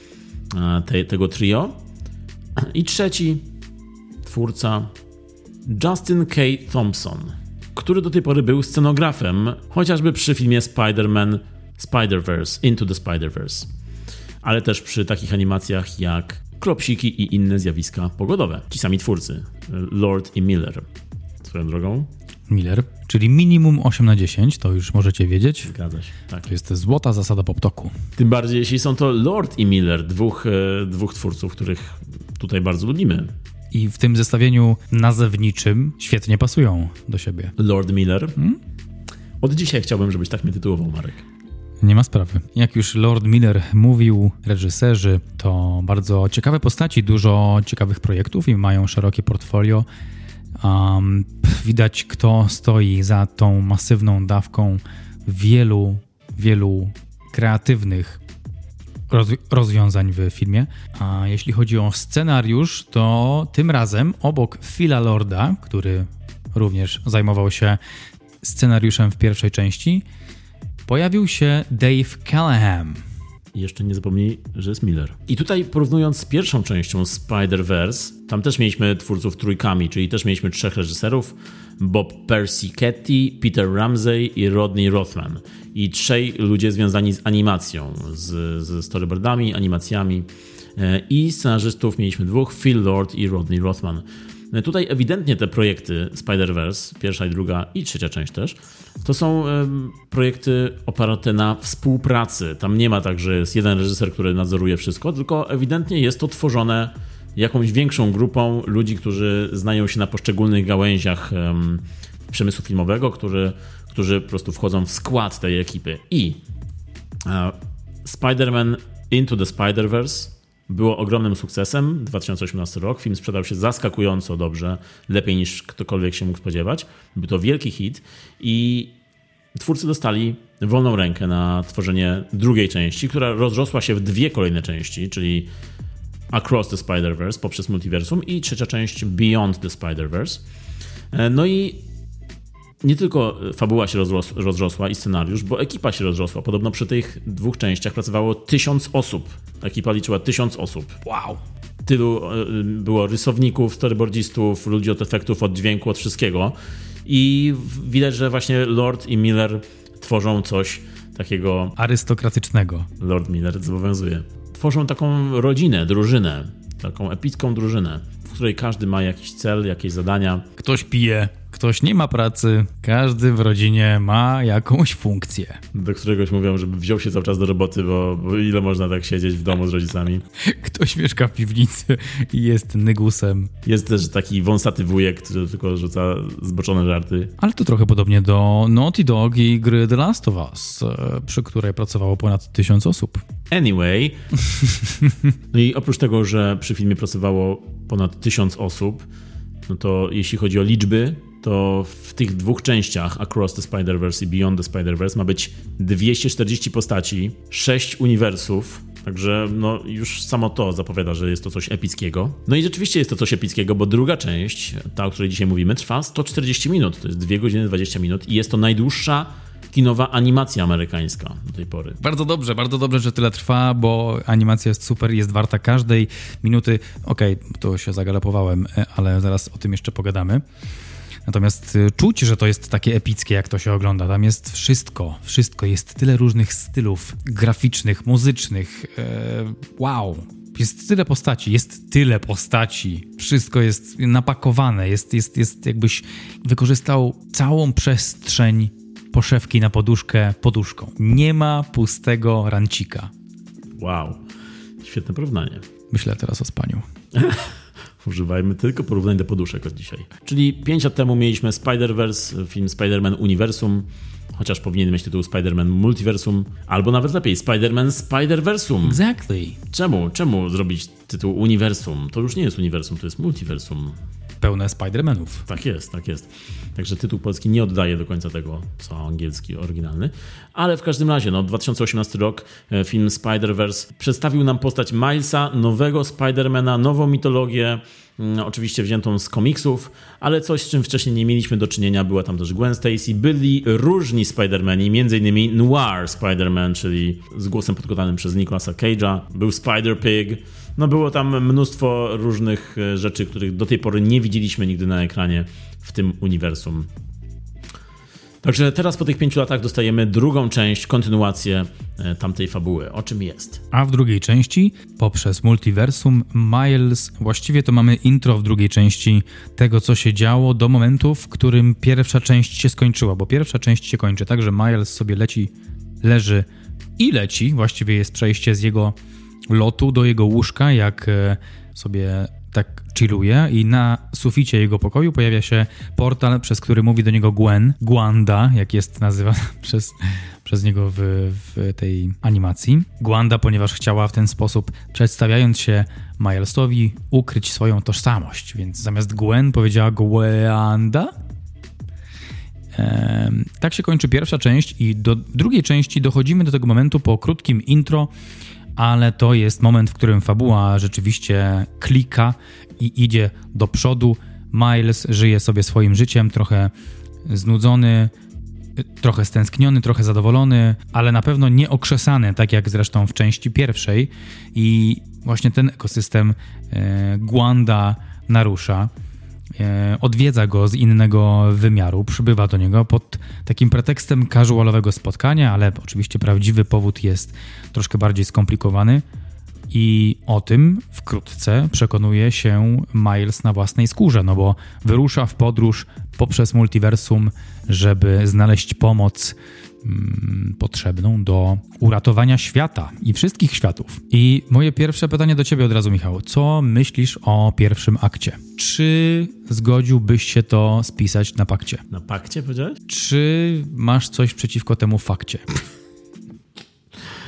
tego trio. I trzeci twórca, Justin K. Thompson, który do tej pory był scenografem, chociażby przy filmie Spider-Man Spider-Verse, Into the Spider-Verse, ale też przy takich animacjach jak Klopsiki i inne zjawiska pogodowe. Ci sami twórcy, Lord i Miller. Swoją drogą. Miller, czyli minimum 8/10, to już możecie wiedzieć. Zgadza się, tak. To jest złota zasada PopTalku. Tym bardziej, jeśli są to Lord i Miller, dwóch twórców, których tutaj bardzo lubimy. I w tym zestawieniu nazewniczym świetnie pasują do siebie. Lord Miller. Od dzisiaj chciałbym, żebyś tak mnie tytułował, Marek. Nie ma sprawy. Jak już Lord Miller mówił, reżyserzy to bardzo ciekawe postaci, dużo ciekawych projektów i mają szerokie portfolio. Widać, kto stoi za tą masywną dawką wielu kreatywnych rozwiązań w filmie. A jeśli chodzi o scenariusz, to tym razem obok Phila Lorda, który również zajmował się scenariuszem w pierwszej części, pojawił się Dave Callaham. I jeszcze nie zapomnij, że jest Miller. I tutaj porównując z pierwszą częścią Spider-Verse, tam też mieliśmy twórców trójkami, czyli też mieliśmy 3 reżyserów, Bob Persichetti, Peter Ramsey i Rodney Rothman. I 3 ludzie związani z animacją, z storyboardami, animacjami. I scenarzystów mieliśmy 2, Phil Lord i Rodney Rothman. Tutaj ewidentnie te projekty Spider-Verse, pierwsza i druga i trzecia część też, to są projekty oparte na współpracy. Tam nie ma tak, że jest jeden reżyser, który nadzoruje wszystko, tylko ewidentnie jest to tworzone jakąś większą grupą ludzi, którzy znają się na poszczególnych gałęziach przemysłu filmowego, którzy po prostu wchodzą w skład tej ekipy. I Spider-Man Into the Spider-Verse było ogromnym sukcesem, 2018 rok. Film sprzedał się zaskakująco dobrze, lepiej niż ktokolwiek się mógł spodziewać. Był to wielki hit i twórcy dostali wolną rękę na tworzenie drugiej części, która rozrosła się w 2 kolejne części, czyli Across the Spider-Verse poprzez multiversum i trzecia część Beyond the Spider-Verse. No i nie tylko fabuła się rozrosła i scenariusz, bo ekipa się rozrosła. Podobno przy tych 2 częściach pracowało 1000 osób. Ekipa liczyła 1000 osób. Wow! Tylu było rysowników, storyboardzistów, ludzi od efektów, od dźwięku, od wszystkiego. I widać, że właśnie Lord i Miller tworzą coś takiego... arystokratycznego. Lord Miller zobowiązuje. Tworzą taką rodzinę, drużynę, taką epicką drużynę, w której każdy ma jakiś cel, jakieś zadania. Ktoś pije, ktoś nie ma pracy, każdy w rodzinie ma jakąś funkcję. Do któregoś mówią, żeby wziął się cały czas do roboty, bo ile można tak siedzieć w domu z rodzicami. Ktoś mieszka w piwnicy i jest nygusem. Jest też taki wąsaty wujek, który tylko rzuca zboczone żarty. Ale to trochę podobnie do Naughty Dog i gry The Last of Us, przy której pracowało ponad 1000 osób. Anyway. No i oprócz tego, że przy filmie pracowało ponad 1000 osób, no to jeśli chodzi o liczby, to w tych 2 częściach Across the Spider-Verse i Beyond the Spider-Verse ma być 240 postaci, 6 uniwersów, także no już samo to zapowiada, że jest to coś epickiego. No i rzeczywiście jest to coś epickiego, bo druga część, ta, o której dzisiaj mówimy, trwa 140 minut, to jest 2 godziny 20 minut i jest to najdłuższa kinowa animacja amerykańska do tej pory. Bardzo dobrze, że tyle trwa, bo animacja jest super, jest warta każdej minuty. Okej, to się zagalopowałem, ale zaraz o tym jeszcze pogadamy. Natomiast czuć, że to jest takie epickie, jak to się ogląda. Tam jest wszystko. Jest tyle różnych stylów graficznych, muzycznych. Wow. Jest tyle postaci. Wszystko jest napakowane. Jest jakbyś wykorzystał całą przestrzeń poszewki na poduszkę poduszką. Nie ma pustego rancika. Wow. Świetne porównanie. Myślę teraz o spaniu. Używajmy tylko porównań do poduszek od dzisiaj. Czyli 5 lat temu mieliśmy Spider-Verse, film Spider-Man Uniwersum, chociaż powinien mieć tytuł Spider-Man Multiversum, albo nawet lepiej Spider-Man Spider-Versum. Exactly. Czemu zrobić tytuł Uniwersum? To już nie jest Uniwersum, to jest Multiversum. Pełne Spider-Manów. Tak jest. Także tytuł polski nie oddaje do końca tego, co angielski, oryginalny. Ale w każdym razie, 2018 rok, film Spider-Verse przedstawił nam postać Milesa, nowego Spider-Mana, nową mitologię, oczywiście wziętą z komiksów, ale coś, z czym wcześniej nie mieliśmy do czynienia. Była tam też Gwen Stacy, byli różni Spider-Mani, m.in. Noir Spider-Man, czyli z głosem podkładanym przez Nicolasa Cage'a, był Spider-Pig. Było tam mnóstwo różnych rzeczy, których do tej pory nie widzieliśmy nigdy na ekranie w tym uniwersum. Także teraz po tych 5 latach dostajemy drugą część, kontynuację tamtej fabuły. O czym jest? A w drugiej części, poprzez multiversum, Miles, właściwie to mamy intro w drugiej części tego, co się działo do momentu, w którym pierwsza część się skończyła, bo pierwsza część się kończy tak, że Miles sobie leży i leci. Właściwie jest przejście z jego lotu do jego łóżka, jak sobie tak chilluje i na suficie jego pokoju pojawia się portal, przez który mówi do niego Gwanda, jak jest nazywana przez niego w tej animacji. Gwanda, ponieważ chciała w ten sposób, przedstawiając się Milesowi, ukryć swoją tożsamość, więc zamiast Gwen powiedziała Gwanda. Tak się kończy pierwsza część i do drugiej części dochodzimy do tego momentu po krótkim intro, ale to jest moment, w którym fabuła rzeczywiście klika i idzie do przodu. Miles żyje sobie swoim życiem, trochę znudzony, trochę stęskniony, trochę zadowolony, ale na pewno nie okrzesany, tak jak zresztą w części pierwszej. I właśnie ten ekosystem Gwanda narusza. Odwiedza go z innego wymiaru, przybywa do niego pod takim pretekstem casualowego spotkania, ale oczywiście prawdziwy powód jest troszkę bardziej skomplikowany i o tym wkrótce przekonuje się Miles na własnej skórze, bo wyrusza w podróż poprzez multiversum, żeby znaleźć pomoc potrzebną do uratowania świata i wszystkich światów. I moje pierwsze pytanie do ciebie od razu, Michał. Co myślisz o pierwszym akcie? Czy zgodziłbyś się to spisać na pakcie? Na pakcie powiedziałeś? Czy masz coś przeciwko temu fakcie?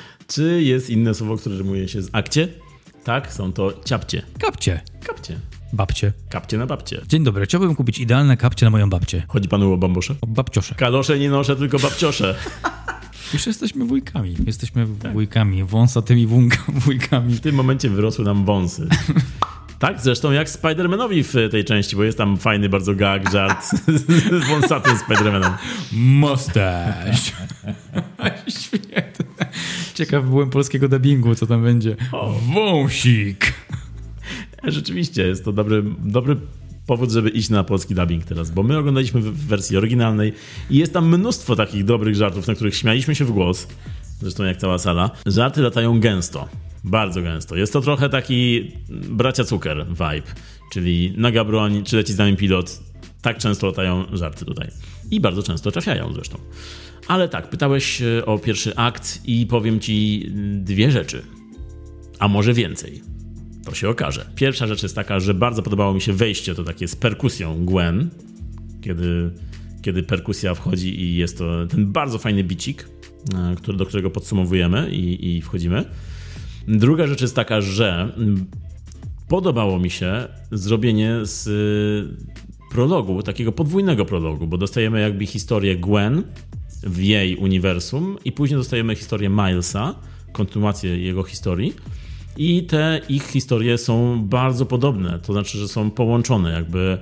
Czy jest inne słowo, które rymuje się z akcie? Tak, są to ciapcie. Kapcie. babcie. Kapcie na babcie. Dzień dobry, chciałbym kupić idealne kapcie na moją babcię. Chodzi panu o bambosze? O babciosze. Kalosze nie noszę, tylko babciosze. Już jesteśmy wujkami. Wujkami, wąsatymi wujkami. W tym momencie wyrosły nam wąsy. Tak, zresztą jak Spider-Manowi w tej części, bo jest tam fajny bardzo gag, żart z wąsatym Spider-Manem. Mustache. Świetne. Ciekaw byłem polskiego dubbingu, co tam będzie. Wąsik. Rzeczywiście, jest to dobry powód, żeby iść na polski dubbing teraz, bo my oglądaliśmy w wersji oryginalnej i jest tam mnóstwo takich dobrych żartów, na których śmialiśmy się w głos, zresztą jak cała sala. Żarty latają gęsto, bardzo gęsto. Jest to trochę taki bracia cukier vibe, czyli naga broń, czy leci z nami pilot. Tak często latają żarty tutaj. I bardzo często trafiają zresztą. Ale tak, pytałeś o pierwszy akt i powiem ci dwie rzeczy, a może więcej. To się okaże. Pierwsza rzecz jest taka, że bardzo podobało mi się wejście to takie z perkusją Gwen, kiedy perkusja wchodzi i jest to ten bardzo fajny bicik, do którego podsumowujemy i wchodzimy. Druga rzecz jest taka, że podobało mi się zrobienie z prologu, takiego podwójnego prologu, bo dostajemy jakby historię Gwen w jej uniwersum i później dostajemy historię Milesa, kontynuację jego historii. I te ich historie są bardzo podobne, to znaczy, że są połączone, jakby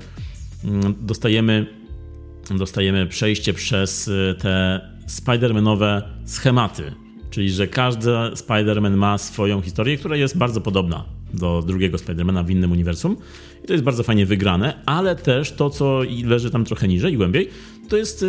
dostajemy przejście przez te Spider-Manowe schematy, czyli że każdy Spider-Man ma swoją historię, która jest bardzo podobna do drugiego Spider-Mana w innym uniwersum i to jest bardzo fajnie wygrane, ale też to, co leży tam trochę niżej i głębiej, to jest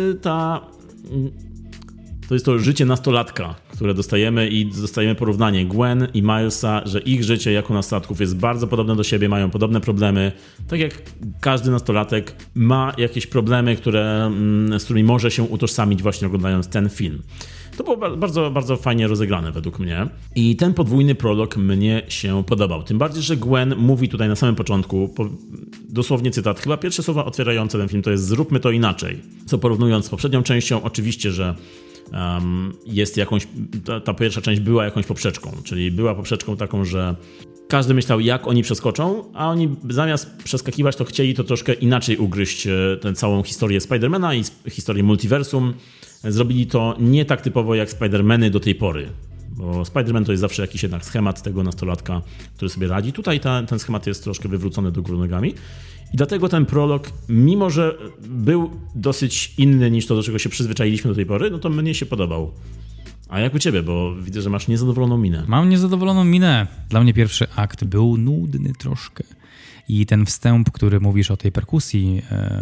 to życie nastolatka, które dostajemy i dostajemy porównanie Gwen i Milesa, że ich życie jako nastolatków jest bardzo podobne do siebie, mają podobne problemy. Tak jak każdy nastolatek ma jakieś problemy, z którymi może się utożsamić właśnie oglądając ten film. To było bardzo, bardzo fajnie rozegrane według mnie. I ten podwójny prolog mnie się podobał. Tym bardziej, że Gwen mówi tutaj na samym początku, dosłownie cytat, chyba pierwsze słowa otwierające ten film to jest zróbmy to inaczej. Co porównując z poprzednią częścią, oczywiście, że jest ta pierwsza część była jakąś poprzeczką, czyli była poprzeczką taką, że każdy myślał, jak oni przeskoczą, a oni zamiast przeskakiwać, to chcieli to troszkę inaczej ugryźć tę całą historię Spidermana i historię multiversum. Zrobili to nie tak typowo jak Spidermany do tej pory, bo Spider-Man to jest zawsze jakiś jednak schemat tego nastolatka, który sobie radzi. Tutaj ten schemat jest troszkę wywrócony do góry nogami i dlatego ten prolog, mimo że był dosyć inny niż to, do czego się przyzwyczailiśmy do tej pory, no to mnie się podobał. A jak u ciebie, bo widzę, że masz niezadowoloną minę. Mam niezadowoloną minę. Dla mnie pierwszy akt był nudny troszkę. I ten wstęp, który mówisz o tej perkusji,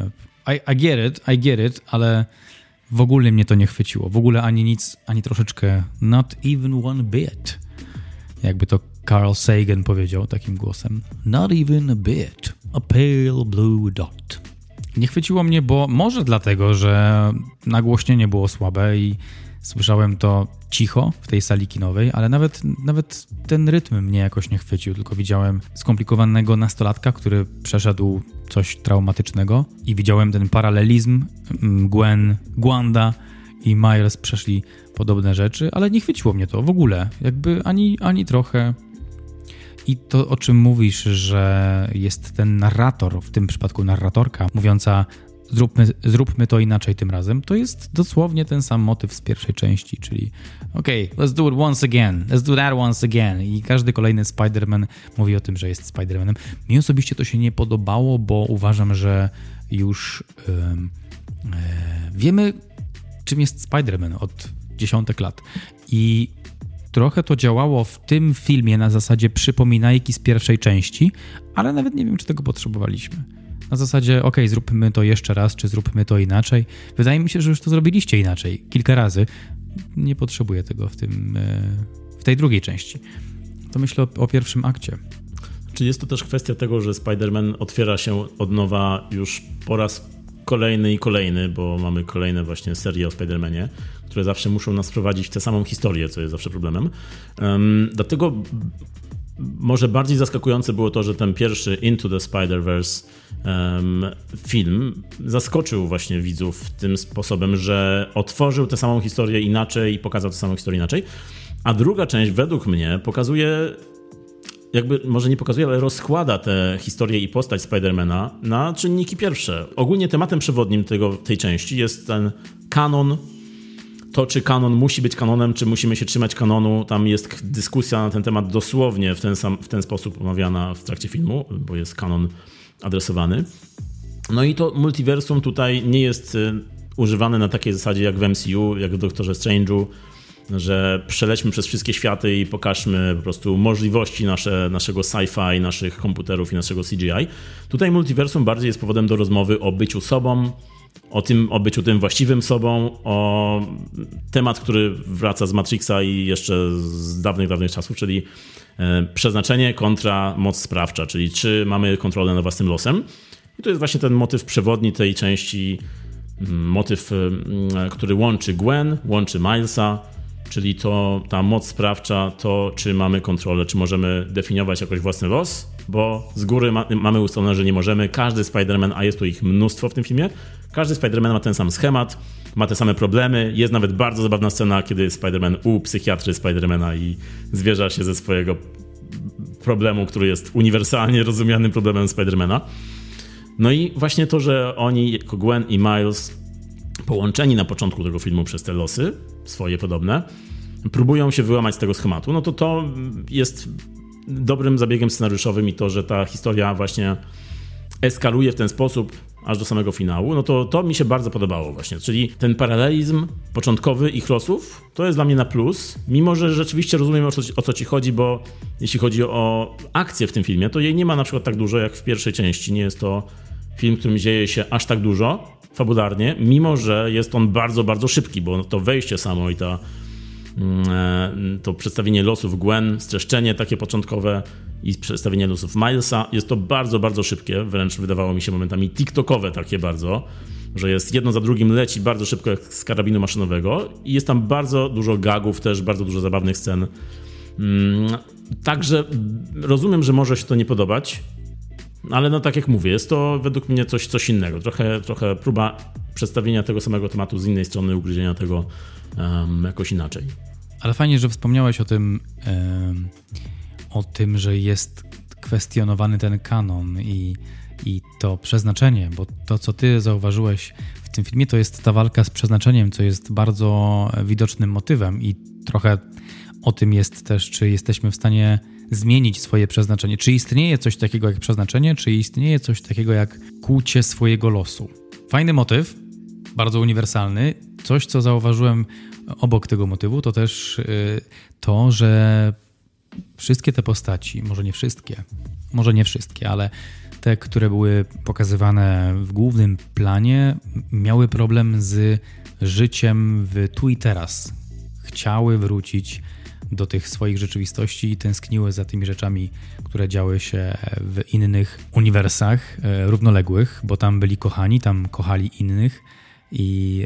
I get it, ale w ogóle mnie to nie chwyciło. W ogóle ani nic, ani troszeczkę. Not even one bit. Jakby to Carl Sagan powiedział takim głosem. Not even a bit. A pale blue dot. Nie chwyciło mnie, bo może dlatego, że nagłośnienie było słabe i słyszałem to cicho w tej sali kinowej, ale nawet ten rytm mnie jakoś nie chwycił, tylko widziałem skomplikowanego nastolatka, który przeszedł coś traumatycznego i widziałem ten paralelizm. Gwanda i Miles przeszli podobne rzeczy, ale nie chwyciło mnie to w ogóle, jakby ani trochę. I to, o czym mówisz, że jest ten narrator, w tym przypadku narratorka, mówiąca zróbmy to inaczej tym razem, to jest dosłownie ten sam motyw z pierwszej części, czyli let's do it once again, let's do that once again. I każdy kolejny Spider-Man mówi o tym, że jest Spider-Manem. Mi osobiście to się nie podobało, bo uważam, że już wiemy, czym jest Spider-Man od dziesiątek lat. I trochę to działało w tym filmie na zasadzie przypominajki z pierwszej części, ale nawet nie wiem, czy tego potrzebowaliśmy. Na zasadzie, zróbmy to jeszcze raz, czy zróbmy to inaczej. Wydaje mi się, że już to zrobiliście inaczej, kilka razy. Nie potrzebuję tego w tej drugiej części. To myślę o pierwszym akcie. Czy jest to też kwestia tego, że Spider-Man otwiera się od nowa już po raz kolejny, bo mamy kolejne właśnie serie o Spider-Manie, które zawsze muszą nas prowadzić w tę samą historię, co jest zawsze problemem. Dlatego może bardziej zaskakujące było to, że ten pierwszy Into the Spider-Verse film zaskoczył właśnie widzów tym sposobem, że otworzył tę samą historię inaczej i pokazał tę samą historię inaczej. A druga część według mnie pokazuje jakby może nie pokazuje, ale rozkłada tę historię i postać Spidermana na czynniki pierwsze. Ogólnie tematem przewodnim tej części jest ten kanon. To, czy kanon musi być kanonem, czy musimy się trzymać kanonu. Tam jest dyskusja na ten temat dosłownie w ten sposób omawiana w trakcie filmu, bo jest kanon adresowany. No i to multiversum tutaj nie jest używane na takiej zasadzie jak w MCU, jak w Doktorze Strange'u, że przelećmy przez wszystkie światy i pokażmy po prostu możliwości naszego sci-fi, naszych komputerów i naszego CGI. Tutaj multiversum bardziej jest powodem do rozmowy o byciu sobą, o byciu tym właściwym sobą, o temat, który wraca z Matrixa i jeszcze z dawnych czasów, czyli przeznaczenie kontra moc sprawcza, czyli czy mamy kontrolę nad własnym losem. I to jest właśnie ten motyw przewodni tej części, motyw, który łączy Gwen, łączy Milesa, czyli to ta moc sprawcza, to czy mamy kontrolę, czy możemy definiować jakoś własny los, bo z góry mamy ustalone, że nie możemy. Każdy Spider-Man, a jest tu ich mnóstwo w tym filmie, każdy Spider-Man ma ten sam schemat, ma te same problemy. Jest nawet bardzo zabawna scena, kiedy Spider-Man u psychiatry Spider-Mana i zwierza się ze swojego problemu, który jest uniwersalnie rozumianym problemem Spider-Mana. No i właśnie to, że oni, jako Gwen i Miles, połączeni na początku tego filmu przez te losy, swoje podobne, próbują się wyłamać z tego schematu, no to jest dobrym zabiegiem scenariuszowym i to, że ta historia właśnie eskaluje w ten sposób aż do samego finału, no to mi się bardzo podobało właśnie. Czyli ten paralelizm początkowy ich losów, to jest dla mnie na plus, mimo że rzeczywiście rozumiem, o co ci chodzi, bo jeśli chodzi o akcję w tym filmie, to jej nie ma na przykład tak dużo jak w pierwszej części. Nie jest to film, w którym dzieje się aż tak dużo fabularnie, mimo że jest on bardzo, bardzo szybki, bo to wejście samo i to przedstawienie losów Gwen, streszczenie takie początkowe i przedstawienie losów Milesa, jest to bardzo, bardzo szybkie, wręcz wydawało mi się momentami tiktokowe takie bardzo, że jest jedno za drugim leci bardzo szybko jak z karabinu maszynowego i jest tam bardzo dużo gagów też, bardzo dużo zabawnych scen. Także rozumiem, że może się to nie podobać, ale no tak jak mówię, jest to według mnie coś innego. Trochę próba przedstawienia tego samego tematu z innej strony, ugryzienia tego jakoś inaczej. Ale fajnie, że wspomniałeś o tym, że jest kwestionowany ten kanon i to przeznaczenie, bo to, co ty zauważyłeś w tym filmie, to jest ta walka z przeznaczeniem, co jest bardzo widocznym motywem i trochę o tym jest też, czy jesteśmy w stanie zmienić swoje przeznaczenie. Czy istnieje coś takiego jak przeznaczenie, czy istnieje coś takiego jak kłucie swojego losu. Fajny motyw, bardzo uniwersalny. Coś, co zauważyłem obok tego motywu, to też to, że wszystkie te postaci, może nie wszystkie, ale te, które były pokazywane w głównym planie, miały problem z życiem w tu i teraz. Chciały wrócić do tych swoich rzeczywistości i tęskniły za tymi rzeczami, które działy się w innych uniwersach równoległych, bo tam byli kochani, tam kochali innych i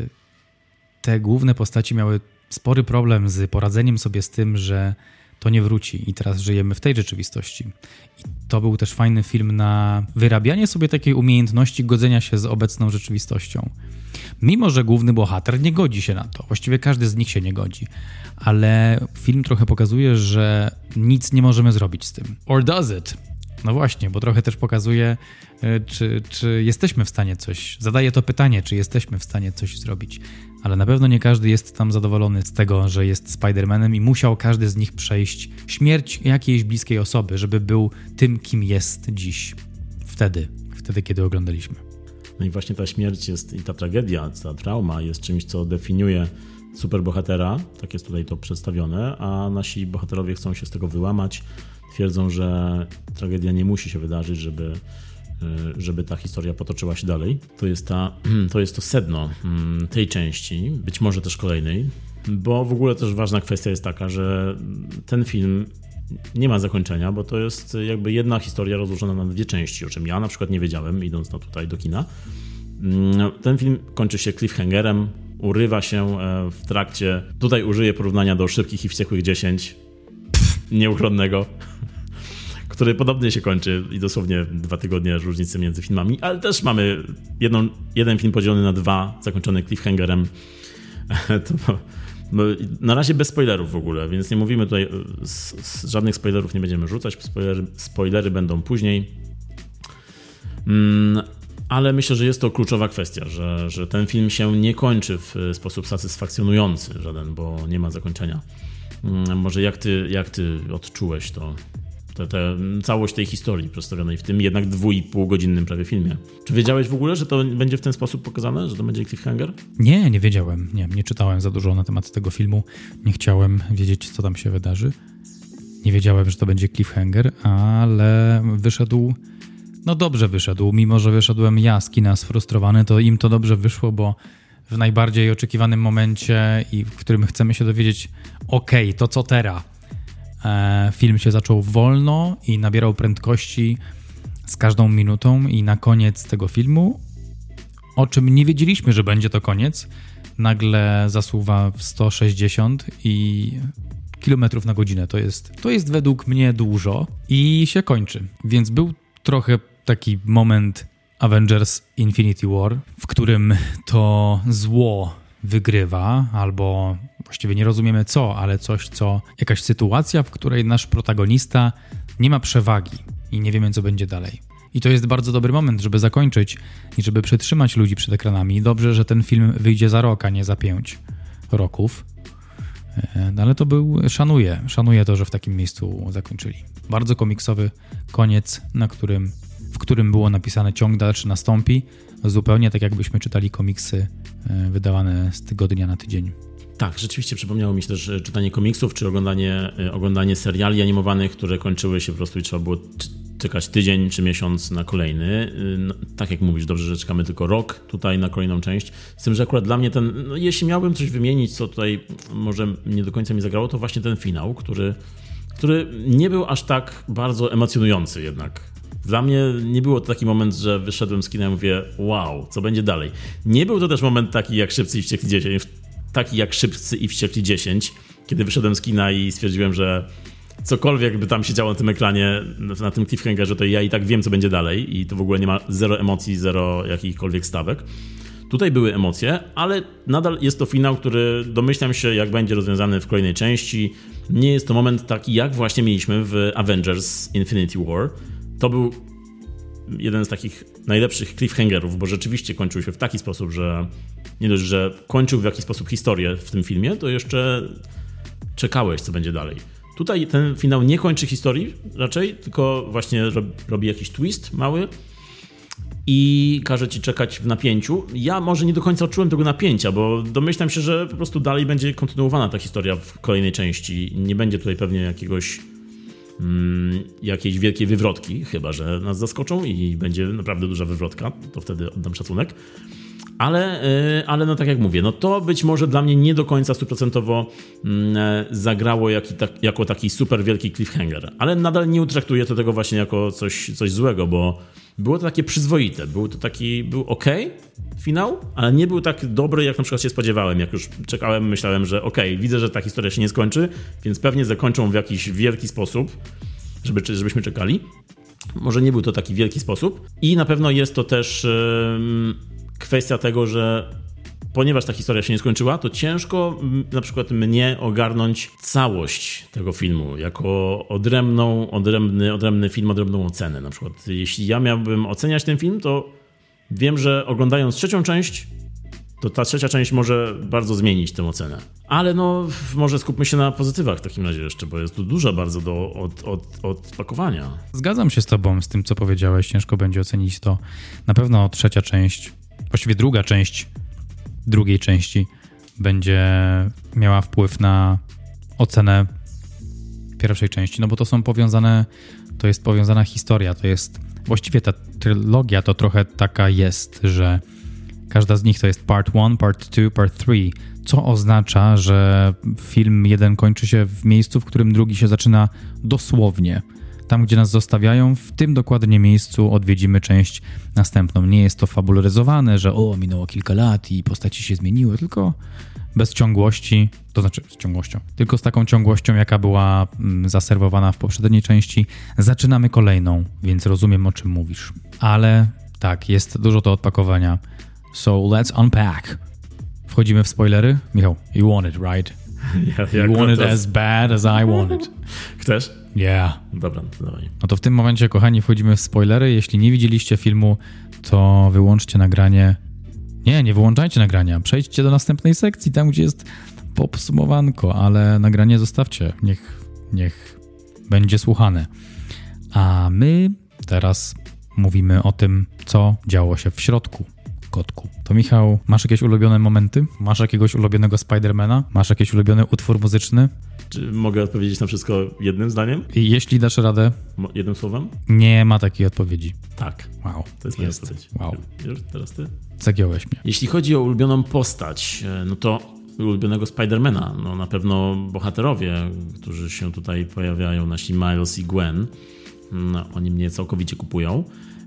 te główne postaci miały spory problem z poradzeniem sobie z tym, że to nie wróci i teraz żyjemy w tej rzeczywistości. I to był też fajny film na wyrabianie sobie takiej umiejętności godzenia się z obecną rzeczywistością. Mimo że główny bohater nie godzi się na to. Właściwie każdy z nich się nie godzi. Ale film trochę pokazuje, że nic nie możemy zrobić z tym. Or does it? No właśnie, bo trochę też pokazuje, czy jesteśmy w stanie coś... Zadaje to pytanie, czy jesteśmy w stanie coś zrobić. Ale na pewno nie każdy jest tam zadowolony z tego, że jest Spider-Manem i musiał każdy z nich przejść śmierć jakiejś bliskiej osoby, żeby był tym, kim jest dziś. Wtedy, kiedy oglądaliśmy. No i właśnie ta śmierć jest i ta tragedia, ta trauma jest czymś, co definiuje superbohatera, tak jest tutaj to przedstawione, a nasi bohaterowie chcą się z tego wyłamać, twierdzą, że tragedia nie musi się wydarzyć, żeby ta historia potoczyła się dalej. To jest to sedno tej części, być może też kolejnej, bo w ogóle też ważna kwestia jest taka, że ten film nie ma zakończenia, bo to jest jakby jedna historia rozłożona na dwie części, o czym ja na przykład nie wiedziałem, idąc tutaj do kina. Ten film kończy się cliffhangerem, urywa się w trakcie, tutaj użyję porównania do Szybkich i Wściekłych 10, nieuchronnego, który podobnie się kończy i dosłownie 2 tygodnie różnicy między filmami, ale też mamy jeden film podzielony na 2, zakończony cliffhangerem. Na razie bez spoilerów w ogóle, więc nie mówimy tutaj, żadnych spoilerów nie będziemy rzucać, spoilery będą później. Ale myślę, że jest to kluczowa kwestia, że ten film się nie kończy w sposób satysfakcjonujący żaden, bo nie ma zakończenia. Może jak ty odczułeś tę całość tej historii przedstawionej w tym jednak 2,5-godzinnym prawie filmie? Czy wiedziałeś w ogóle, że to będzie w ten sposób pokazane, że to będzie cliffhanger? Nie wiedziałem. Nie czytałem za dużo na temat tego filmu. Nie chciałem wiedzieć, co tam się wydarzy. Nie wiedziałem, że to będzie cliffhanger, ale wyszedł... No dobrze wyszedł, mimo że wyszedłem ja z kina sfrustrowany, to im to dobrze wyszło, bo w najbardziej oczekiwanym momencie i w którym chcemy się dowiedzieć, to co teraz? Film się zaczął wolno i nabierał prędkości z każdą minutą i na koniec tego filmu, o czym nie wiedzieliśmy, że będzie to koniec, nagle zasuwa w 160 kilometrów na godzinę. To jest według mnie dużo i się kończy, więc był trochę taki moment Avengers Infinity War, w którym to zło wygrywa, albo właściwie nie rozumiemy co, ale jakaś sytuacja, w której nasz protagonista nie ma przewagi i nie wiemy, co będzie dalej. I to jest bardzo dobry moment, żeby zakończyć i żeby przytrzymać ludzi przed ekranami. Dobrze, że ten film wyjdzie za rok, a nie za 5 roków. Ale to szanuję to, że w takim miejscu zakończyli. Bardzo komiksowy koniec, w którym było napisane ciąg dalszy nastąpi, zupełnie tak jakbyśmy czytali komiksy wydawane z tygodnia na tydzień. Tak, rzeczywiście przypomniało mi się też czytanie komiksów, czy oglądanie seriali animowanych, które kończyły się po prostu i trzeba było czekać tydzień czy miesiąc na kolejny. No, tak jak mówisz, dobrze, że czekamy tylko rok tutaj na kolejną część. Z tym, że akurat dla mnie jeśli miałbym coś wymienić, co tutaj może nie do końca mi zagrało, to właśnie ten finał, który nie był aż tak bardzo emocjonujący jednak. Dla mnie nie było to taki moment, że wyszedłem z kina i mówię, wow, co będzie dalej. Nie był to też moment taki jak Szybcy i Wściekli 10, kiedy wyszedłem z kina i stwierdziłem, że cokolwiek by tam się działo na tym ekranie, na tym cliffhangerze, to ja i tak wiem, co będzie dalej i to w ogóle nie ma zero emocji, zero jakichkolwiek stawek. Tutaj były emocje, ale nadal jest to finał, który domyślam się, jak będzie rozwiązany w kolejnej części. Nie jest to moment taki, jak właśnie mieliśmy w Avengers Infinity War. To był jeden z takich najlepszych cliffhangerów, bo rzeczywiście kończył się w taki sposób, że nie dość, że kończył w jakiś sposób historię w tym filmie, to jeszcze czekałeś, co będzie dalej. Tutaj ten finał nie kończy historii raczej, tylko właśnie robi jakiś twist mały i każe ci czekać w napięciu. Ja może nie do końca odczułem tego napięcia, bo domyślam się, że po prostu dalej będzie kontynuowana ta historia w kolejnej części. Nie będzie tutaj pewnie jakiejś wielkiej wywrotki, chyba że nas zaskoczą i będzie naprawdę duża wywrotka, to wtedy oddam szacunek. Ale no tak jak mówię, no to być może dla mnie nie do końca 100% zagrało jako taki super wielki cliffhanger, ale nadal nie utraktuję to tego właśnie jako coś złego, bo było to takie przyzwoite, był okej finał, ale nie był tak dobry, jak na przykład się spodziewałem. Jak już czekałem, myślałem, że widzę, że ta historia się nie skończy, więc pewnie zakończą w jakiś wielki sposób, żebyśmy czekali. Może nie był to taki wielki sposób i na pewno jest to też kwestia tego, że ponieważ ta historia się nie skończyła, to ciężko na przykład mnie ogarnąć całość tego filmu jako odrębny film, odrębną ocenę. Na przykład jeśli ja miałbym oceniać ten film, to wiem, że oglądając trzecią część, to ta trzecia część może bardzo zmienić tę ocenę. Ale no, może skupmy się na pozytywach w takim razie jeszcze, bo jest tu dużo bardzo do odpakowania. Zgadzam się z tobą, z tym co powiedziałeś. Ciężko będzie ocenić to. Na pewno trzecia część, właściwie druga część drugiej części będzie miała wpływ na ocenę pierwszej części, no bo to jest powiązana historia, to jest właściwie ta trylogia to trochę taka jest, że każda z nich to jest part 1, part 2, part 3, co oznacza, że film jeden kończy się w miejscu, w którym drugi się zaczyna dosłownie. Tam, gdzie nas zostawiają, w tym dokładnie miejscu odwiedzimy część następną. Nie jest to fabularyzowane, że minęło kilka lat i postaci się zmieniły, tylko bez ciągłości, to znaczy z ciągłością, tylko z taką ciągłością, jaka była zaserwowana w poprzedniej części. Zaczynamy kolejną, więc rozumiem, o czym mówisz. Ale tak, jest dużo do odpakowania. So let's unpack. wchodzimy w spoilery? Michał, you want it, right? You want it as bad as I want it. Chcesz? Yeah. Dobra, to dawaj. No to w tym momencie, kochani, wchodzimy w spoilery. Jeśli nie widzieliście filmu, to wyłączcie nagranie. Nie wyłączajcie nagrania. Przejdźcie do następnej sekcji, tam gdzie jest podsumowanko, ale nagranie zostawcie. Niech będzie słuchane. A my teraz mówimy o tym, co działo się w środku, kotku. To Michał, masz jakieś ulubione momenty? Masz jakiegoś ulubionego Spidermana? Masz jakiś ulubiony utwór muzyczny? Czy mogę odpowiedzieć na wszystko jednym zdaniem? I jeśli dasz radę? Jednym słowem? Nie ma takiej odpowiedzi. Tak. Wow. To jest moja odpowiedź. Wow. Już teraz ty? Zagiąłeś mnie. Jeśli chodzi o ulubioną postać, no to ulubionego Spidermana, no na pewno bohaterowie, którzy się tutaj pojawiają, nasi Miles i Gwen, no, oni mnie całkowicie kupują.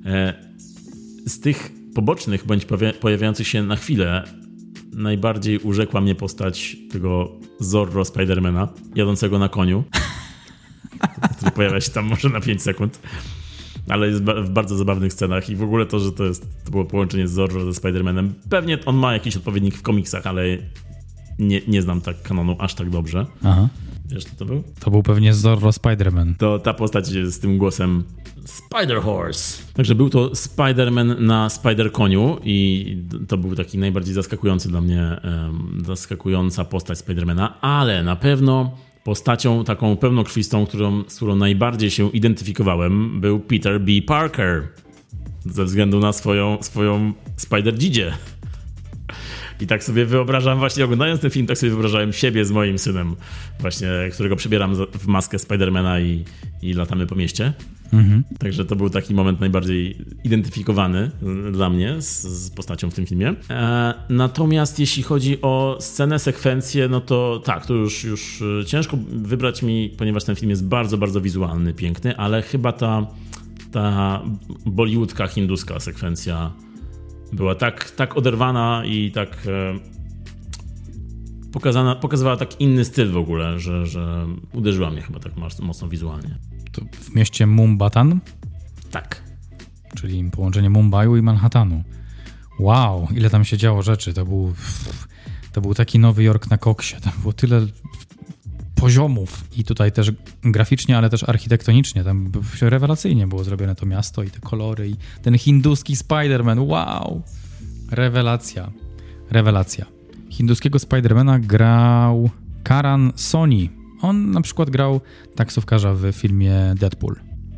Z tych pobocznych, bądź pojawiających się na chwilę, najbardziej urzekła mnie postać tego Zorro Spidermana, jadącego na koniu, który pojawia się tam może na 5 sekund, ale jest w bardzo zabawnych scenach i w ogóle to, że to było połączenie z Zorro ze Spidermanem. Pewnie on ma jakiś odpowiednik w komiksach, ale nie znam tak kanonu aż tak dobrze. Aha. Wiesz, kto to był? To był pewnie Zorro Spiderman. To ta postać z tym głosem Spider-Horse. Także był to Spider-Man na Spider-Koniu i to był taki najbardziej zaskakujący dla mnie, zaskakująca postać Spidermana, ale na pewno postacią taką pełnokrwistą, z którą najbardziej się identyfikowałem, był Peter B. Parker. Ze względu na swoją Spider-Dzidzie. I tak sobie wyobrażam, właśnie oglądając ten film, tak sobie wyobrażałem siebie z moim synem, właśnie, którego przebieram w maskę Spidermana i latamy po mieście. Mhm. Także to był taki moment najbardziej identyfikowany dla mnie z postacią w tym filmie. Natomiast jeśli chodzi o scenę, sekwencję, no to tak, to już ciężko wybrać mi, ponieważ ten film jest bardzo, bardzo wizualny, piękny, ale chyba ta bollywoodka, hinduska sekwencja była tak oderwana i tak pokazywała tak inny styl w ogóle, że uderzyła mnie chyba tak mocno wizualnie. To w mieście Mumbatan? Tak. Czyli połączenie Mumbaiu i Manhattanu. Wow, ile tam się działo rzeczy. To był taki Nowy Jork na koksie. Tam było tyle poziomów i tutaj też graficznie, ale też architektonicznie. Tam rewelacyjnie było zrobione to miasto i te kolory i ten hinduski Spider-Man. Wow! Rewelacja. Hinduskiego Spider-Mana grał Karan Soni. On na przykład grał taksówkarza w filmie Deadpool.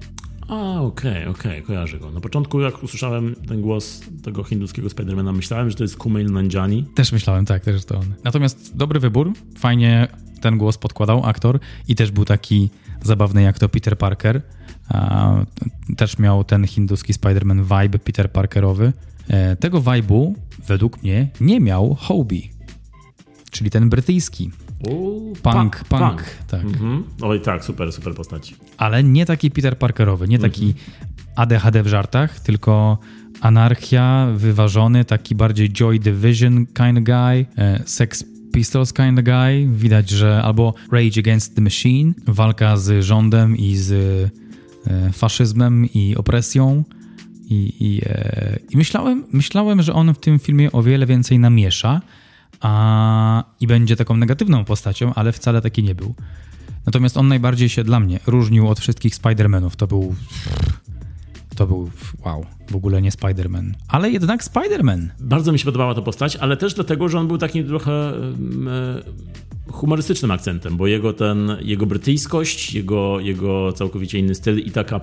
Okej, kojarzę go. Na początku jak usłyszałem ten głos tego hinduskiego Spider-Mana, myślałem, że to jest Kumail Nanjiani. Też myślałem, tak, też to on. Natomiast dobry wybór, fajnie ten głos podkładał aktor i też był taki zabawny jak to Peter Parker. Też miał ten hinduski Spider-Man vibe Peter Parkerowy. Tego vibe'u według mnie nie miał Hobie, czyli ten brytyjski. Punk. Tak. Mhm. Oj tak, super postać. Ale nie taki Peter Parkerowy, nie taki ADHD w żartach, tylko anarchia, wyważony, taki bardziej Joy Division kind of guy, Sex Pistols kind of guy. Widać, że albo Rage Against the Machine, walka z rządem i z faszyzmem i opresją. I myślałem, że on w tym filmie o wiele więcej namiesza i będzie taką negatywną postacią, ale wcale taki nie był. Natomiast on najbardziej się dla mnie różnił od wszystkich Spider-Manów. To był wow, w ogóle nie Spider-Man, ale jednak Spider-Man. Bardzo mi się podobała ta postać, ale też dlatego, że on był takim trochę humorystycznym akcentem, bo jego brytyjskość, jego całkowicie inny styl i taka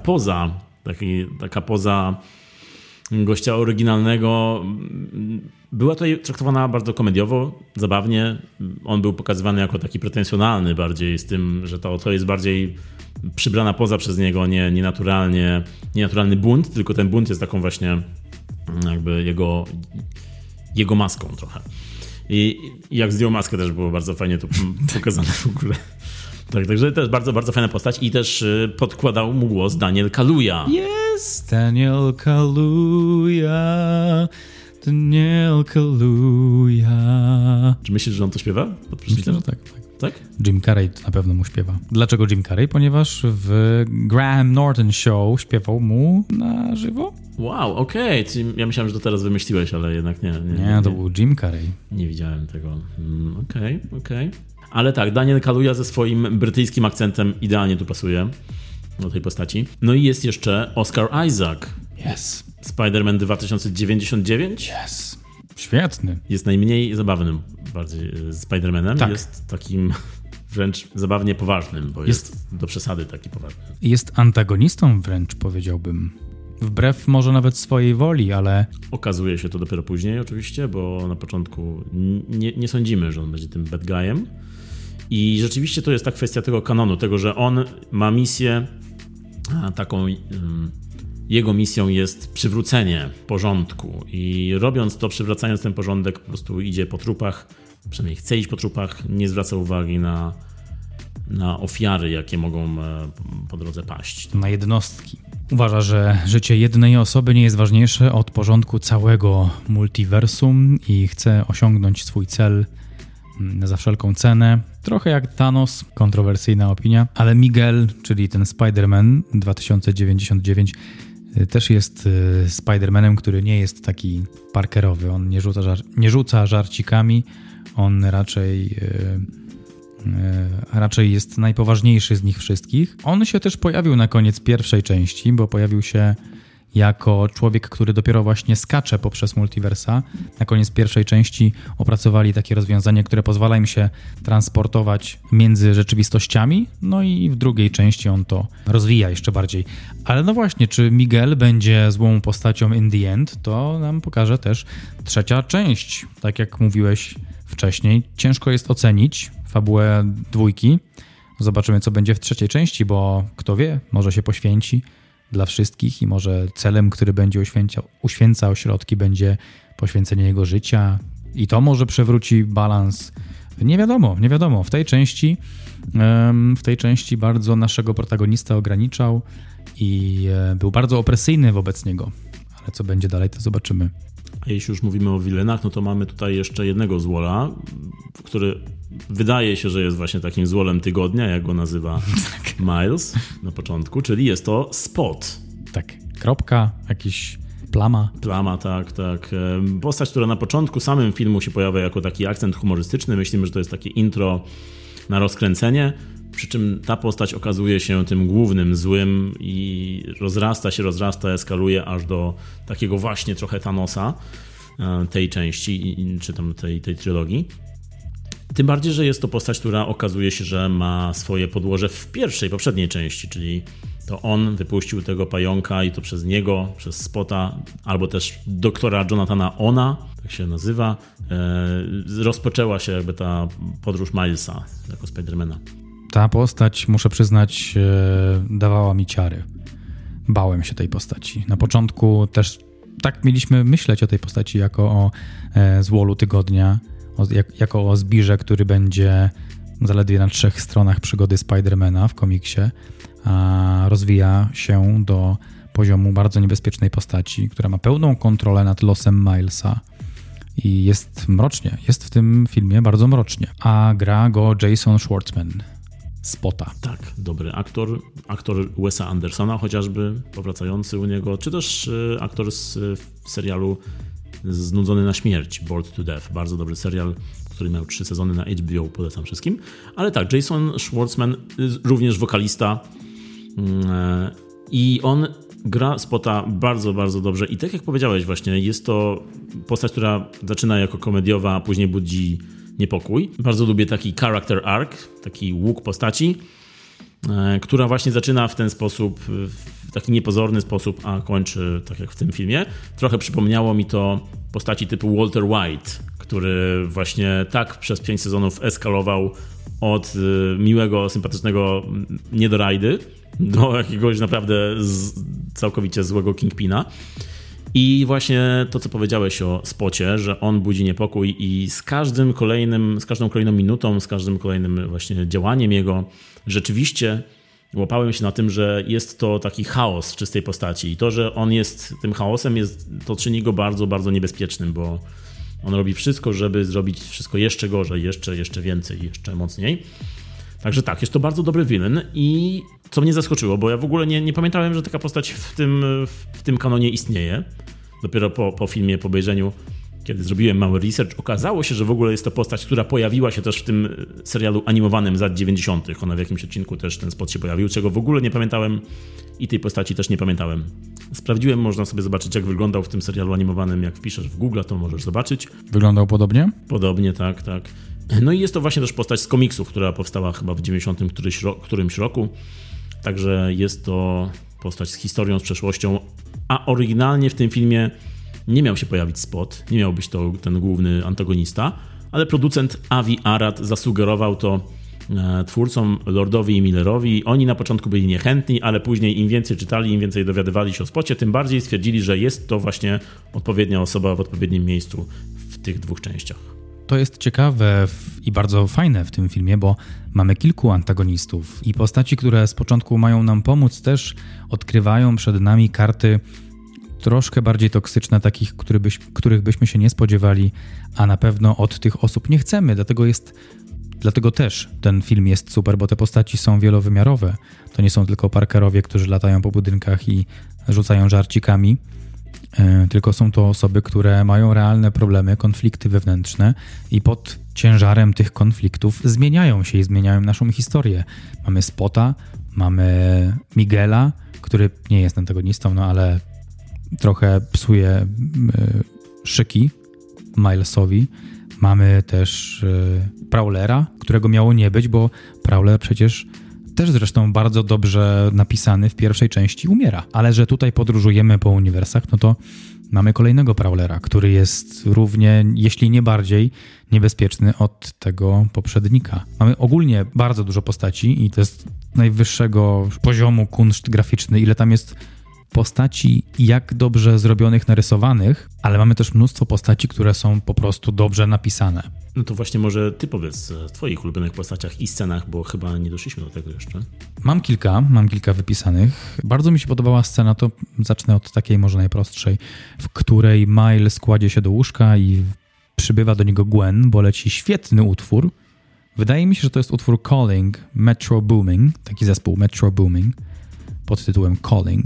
poza gościa oryginalnego była tutaj traktowana bardzo komediowo, zabawnie. On był pokazywany jako taki pretensjonalny bardziej z tym, że to jest bardziej przybrana poza przez niego, nie naturalny bunt, tylko ten bunt jest taką właśnie jakby jego maską trochę. I jak zdjął maskę też było bardzo fajnie to pokazane w ogóle. Tak, także też bardzo, bardzo fajna postać i też podkładał mu głos Daniel Kaluuya. Yes, Daniel Kaluuya. Daniel Kaluuya. Czy myślisz, że on to śpiewa? Myślę, że tak. Tak? Jim Carrey na pewno mu śpiewa. Dlaczego Jim Carrey? Ponieważ w Graham Norton Show śpiewał mu na żywo. Wow, okej. Ja myślałem, że to teraz wymyśliłeś, ale jednak nie. Nie, to był Jim Carrey. Nie widziałem tego. Okej. Ale tak, Daniel Kaluuya ze swoim brytyjskim akcentem idealnie tu pasuje do tej postaci. No i jest jeszcze Oscar Isaac. Yes. Spider-Man 2099. Yes. Świetny. Jest najmniej zabawnym bardziej Spider-Manem. Tak. Jest takim wręcz zabawnie poważnym, bo jest do przesady taki poważny. Jest antagonistą wręcz, powiedziałbym. Wbrew może nawet swojej woli, ale... Okazuje się to dopiero później oczywiście, bo na początku nie sądzimy, że on będzie tym bad guyem. I rzeczywiście to jest ta kwestia tego kanonu, tego, że on ma misję taką... Jego misją jest przywrócenie porządku i robiąc to, przywracając ten porządek, po prostu idzie po trupach, przynajmniej chce iść po trupach, nie zwraca uwagi na ofiary, jakie mogą po drodze paść. Na jednostki. Uważa, że życie jednej osoby nie jest ważniejsze od porządku całego multiversum i chce osiągnąć swój cel za wszelką cenę. Trochę jak Thanos, kontrowersyjna opinia, ale Miguel, czyli ten Spider-Man 2099, też jest Spider-Manem, który nie jest taki parkerowy. On nie rzuca żarcikami, on raczej jest najpoważniejszy z nich wszystkich. On się też pojawił na koniec pierwszej części, bo pojawił się jako człowiek, który dopiero właśnie skacze poprzez multiversa. Na koniec pierwszej części opracowali takie rozwiązanie, które pozwala im się transportować między rzeczywistościami, no i w drugiej części on to rozwija jeszcze bardziej. Ale no właśnie, czy Miguel będzie złą postacią in the end, to nam pokaże też trzecia część. Tak jak mówiłeś wcześniej, ciężko jest ocenić fabułę dwójki. Zobaczymy, co będzie w trzeciej części, bo kto wie, może się poświęci dla wszystkich i może celem, który będzie uświęcał środki, będzie poświęcenie jego życia i to może przewróci balans. Nie wiadomo. W tej części bardzo naszego protagonistę ograniczał i był bardzo opresyjny wobec niego. Ale co będzie dalej, to zobaczymy. A jeśli już mówimy o wilenach, no to mamy tutaj jeszcze jednego złola, który wydaje się, że jest właśnie takim złolem tygodnia, jak go nazywa Miles na początku, czyli jest to Spot. Tak, kropka, jakiś plama. Plama, tak. Postać, która na początku samym filmu się pojawia jako taki akcent humorystyczny. Myślimy, że to jest takie intro na rozkręcenie, przy czym ta postać okazuje się tym głównym złym i rozrasta, eskaluje aż do takiego właśnie trochę Thanosa tej części, czy tam tej trylogii. Tym bardziej, że jest to postać, która okazuje się, że ma swoje podłoże w poprzedniej części, czyli to on wypuścił tego pająka i to przez niego, przez Spota, albo też doktora Jonathana Ona, tak się nazywa, rozpoczęła się jakby ta podróż Milesa jako Spidermana. Ta postać, muszę przyznać, dawała mi ciary. Bałem się tej postaci. Na początku też tak mieliśmy myśleć o tej postaci jako o złolu tygodnia, jako o zbirze, który będzie zaledwie na 3 stronach przygody Spidermana w komiksie, a rozwija się do poziomu bardzo niebezpiecznej postaci, która ma pełną kontrolę nad losem Milesa i jest mrocznie. Jest w tym filmie bardzo mrocznie. A gra go Jason Schwartzman. Spota. Tak, dobry aktor Wesa Andersona chociażby, powracający u niego, czy też aktor z serialu Znudzony na śmierć, Bored to Death. Bardzo dobry serial, który miał 3 sezony na HBO, polecam wszystkim. Ale tak, Jason Schwartzman, również wokalista i on gra Spota bardzo, bardzo dobrze i tak jak powiedziałeś właśnie, jest to postać, która zaczyna jako komediowa, a później budzi niepokój. Bardzo lubię taki character arc, taki łuk postaci, która właśnie zaczyna w ten sposób, w taki niepozorny sposób, a kończy tak jak w tym filmie. Trochę przypomniało mi to postaci typu Walter White, który właśnie tak przez 5 sezonów eskalował od miłego, sympatycznego niedorajdy do jakiegoś naprawdę całkowicie złego Kingpina. I właśnie to, co powiedziałeś o Spocie, że on budzi niepokój i z każdą kolejną minutą, z każdym kolejnym właśnie działaniem jego rzeczywiście łapałem się na tym, że jest to taki chaos w czystej postaci i to, że on jest tym chaosem, to czyni go bardzo, bardzo niebezpiecznym, bo On robi wszystko, żeby zrobić wszystko jeszcze gorzej, jeszcze więcej, jeszcze mocniej. Także tak, jest to bardzo dobry villain i co mnie zaskoczyło, bo ja w ogóle nie pamiętałem, że taka postać w tym kanonie istnieje. Dopiero po filmie, po obejrzeniu, kiedy zrobiłem mały research, okazało się, że w ogóle jest to postać, która pojawiła się też w tym serialu animowanym z lat 90. Ona w jakimś odcinku też ten spot się pojawił, czego w ogóle nie pamiętałem i tej postaci też nie pamiętałem. Sprawdziłem, można sobie zobaczyć, jak wyglądał w tym serialu animowanym. Jak wpiszesz w Google, to możesz zobaczyć. Wyglądał podobnie? Podobnie, tak. No i jest to właśnie też postać z komiksów, która powstała chyba w 90 którymś roku. Także jest to postać z historią, z przeszłością, a oryginalnie w tym filmie nie miał się pojawić Spot, nie miał być to ten główny antagonista, ale producent Avi Arad zasugerował to twórcom Lordowi i Millerowi. Oni na początku byli niechętni, ale później im więcej czytali, im więcej dowiadywali się o Spocie, tym bardziej stwierdzili, że jest to właśnie odpowiednia osoba w odpowiednim miejscu w tych dwóch częściach. To jest ciekawe i bardzo fajne w tym filmie, bo mamy kilku antagonistów i postaci, które z początku mają nam pomóc, też odkrywają przed nami karty troszkę bardziej toksyczne, takich, których byśmy się nie spodziewali, a na pewno od tych osób nie chcemy. Dlatego też ten film jest super, bo te postaci są wielowymiarowe. To nie są tylko Parkerowie, którzy latają po budynkach i rzucają żarcikami, tylko są to osoby, które mają realne problemy, konflikty wewnętrzne i pod ciężarem tych konfliktów zmieniają się i zmieniają naszą historię. Mamy Spota, mamy Miguela, który nie jest antagonistą, no ale trochę psuje szyki Milesowi. Mamy też Prowlera, którego miało nie być, bo Prowler przecież też zresztą bardzo dobrze napisany w pierwszej części umiera. Ale że tutaj podróżujemy po uniwersach, no to mamy kolejnego Prowlera, który jest równie, jeśli nie bardziej, niebezpieczny od tego poprzednika. Mamy ogólnie bardzo dużo postaci i to jest najwyższego poziomu kunszt graficzny, ile tam jest postaci jak dobrze zrobionych, narysowanych, ale mamy też mnóstwo postaci, które są po prostu dobrze napisane. No to właśnie może ty powiedz w twoich ulubionych postaciach i scenach, bo chyba nie doszliśmy do tego jeszcze. Mam kilka wypisanych. Bardzo mi się podobała scena, to zacznę od takiej może najprostszej, w której Miles kładzie się do łóżka i przybywa do niego Gwen, bo leci świetny utwór. Wydaje mi się, że to jest utwór Calling, Metro Booming, taki zespół Metro Booming pod tytułem Calling.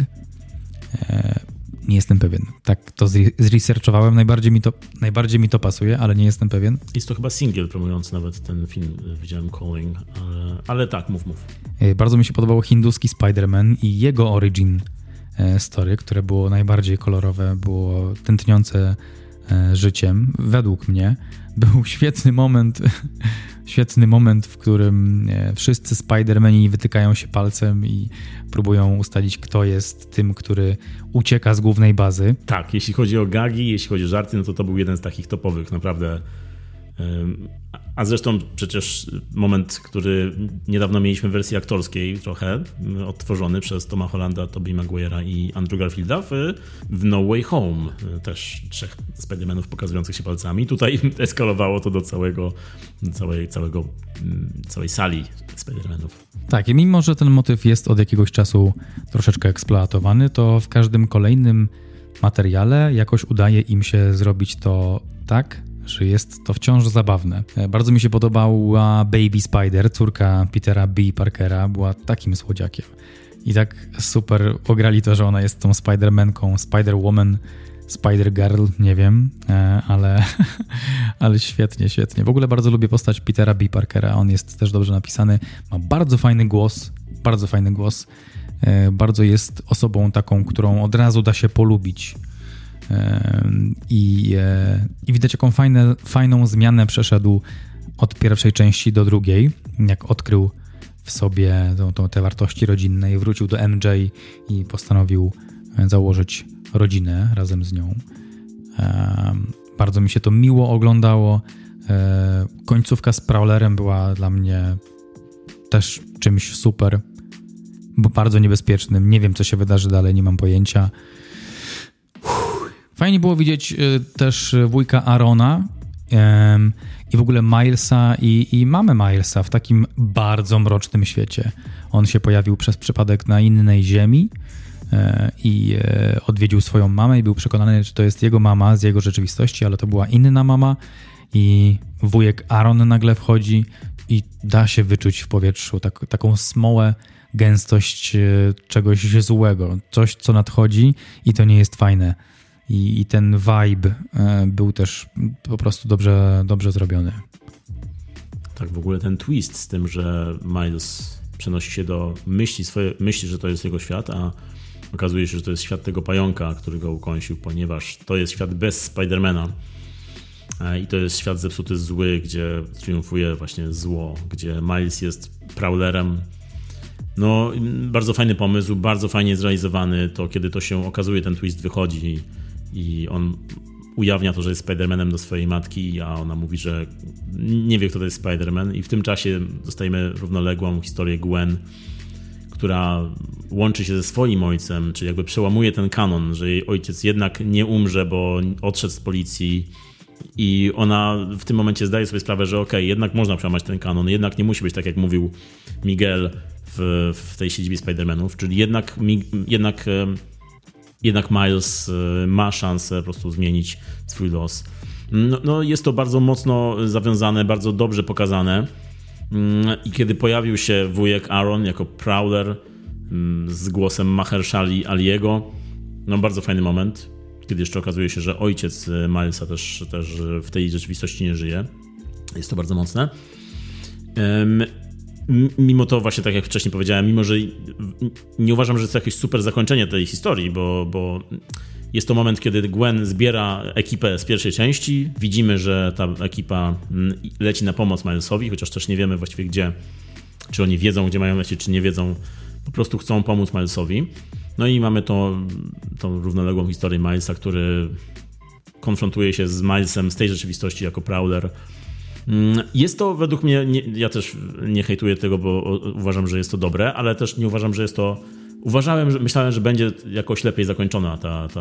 Nie jestem pewien. Tak to zresearchowałem. Najbardziej mi to pasuje, ale nie jestem pewien. Jest to chyba singiel promujący nawet ten film. Widziałem Calling, ale tak, mów. Bardzo mi się podobał hinduski Spider-Man i jego origin story, które było najbardziej kolorowe, było tętniące życiem. Według mnie był świetny moment, w którym wszyscy Spider-Mani wytykają się palcem i próbują ustalić, kto jest tym, który ucieka z głównej bazy. Tak, jeśli chodzi o gagi, jeśli chodzi o żarty, no to był jeden z takich topowych, naprawdę. A zresztą przecież moment, który niedawno mieliśmy w wersji aktorskiej trochę odtworzony przez Toma Hollanda, Tobey Maguire'a i Andrew Garfielda w No Way Home. Też 3 Spider-Manów pokazujących się palcami. Tutaj eskalowało to do całej sali Spider-Manów. Tak, i mimo, że ten motyw jest od jakiegoś czasu troszeczkę eksploatowany, to w każdym kolejnym materiale jakoś udaje im się zrobić to tak, że jest to wciąż zabawne. Bardzo mi się podobała Baby Spider, córka Petera B. Parkera, była takim słodziakiem. I tak super ograli to, że ona jest tą Spider-Manką, Spider-Woman, Spider-Girl, nie wiem, ale świetnie. W ogóle bardzo lubię postać Petera B. Parkera, on jest też dobrze napisany, ma bardzo fajny głos, bardzo jest osobą taką, którą od razu da się polubić. I widać, jaką fajną zmianę przeszedł od pierwszej części do drugiej, jak odkrył w sobie te wartości rodzinne i wrócił do MJ i postanowił założyć rodzinę razem z nią. Bardzo mi się to miło oglądało. Końcówka z Prowlerem była dla mnie też czymś super, bo bardzo niebezpiecznym. Nie wiem, co się wydarzy dalej, nie mam pojęcia. Fajnie było widzieć też wujka Aarona i w ogóle Milesa i mamę Milesa w takim bardzo mrocznym świecie. On się pojawił przez przypadek na innej ziemi i odwiedził swoją mamę i był przekonany, że to jest jego mama z jego rzeczywistości, ale to była inna mama i wujek Aaron nagle wchodzi i da się wyczuć w powietrzu taką smołę, gęstość czegoś złego, coś co nadchodzi i to nie jest fajne. I ten vibe był też po prostu dobrze zrobiony. Tak, w ogóle ten twist z tym, że Miles przenosi się do myśli, że to jest jego świat, a okazuje się, że to jest świat tego pająka, który go ukąsił, ponieważ to jest świat bez Spidermana i to jest świat zepsuty, zły, gdzie triumfuje właśnie zło, gdzie Miles jest Prowlerem. No, bardzo fajny pomysł, bardzo fajnie zrealizowany. To kiedy to się okazuje, ten twist wychodzi i on ujawnia to, że jest Spider-Manem do swojej matki, a ona mówi, że nie wie, kto to jest Spider-Man, i w tym czasie dostajemy równoległą historię Gwen, która łączy się ze swoim ojcem, czyli jakby przełamuje ten kanon, że jej ojciec jednak nie umrze, bo odszedł z policji, i ona w tym momencie zdaje sobie sprawę, że okej, jednak można przełamać ten kanon, jednak nie musi być tak, jak mówił Miguel w tej siedzibie Spider-Manów, czyli jednak Miles ma szansę po prostu zmienić swój los. No, jest to bardzo mocno zawiązane, bardzo dobrze pokazane. I kiedy pojawił się wujek Aaron jako Prowler z głosem Mahershali Aliego, no bardzo fajny moment, kiedy jeszcze okazuje się, że ojciec Milesa też w tej rzeczywistości nie żyje. Jest to bardzo mocne. Mimo to, właśnie tak jak wcześniej powiedziałem, mimo że nie uważam, że jest to jakieś super zakończenie tej historii, bo jest to moment, kiedy Gwen zbiera ekipę z pierwszej części. Widzimy, że ta ekipa leci na pomoc Milesowi, chociaż też nie wiemy właściwie gdzie, czy oni wiedzą, gdzie mają lecieć, czy nie wiedzą. Po prostu chcą pomóc Milesowi. No i mamy tą równoległą historię Milesa, który konfrontuje się z Milesem z tej rzeczywistości jako Prowler. Jest to według mnie, ja też nie hejtuję tego, bo uważam, że jest to dobre, ale też nie uważam, że jest to... Myślałem, że będzie jakoś lepiej zakończona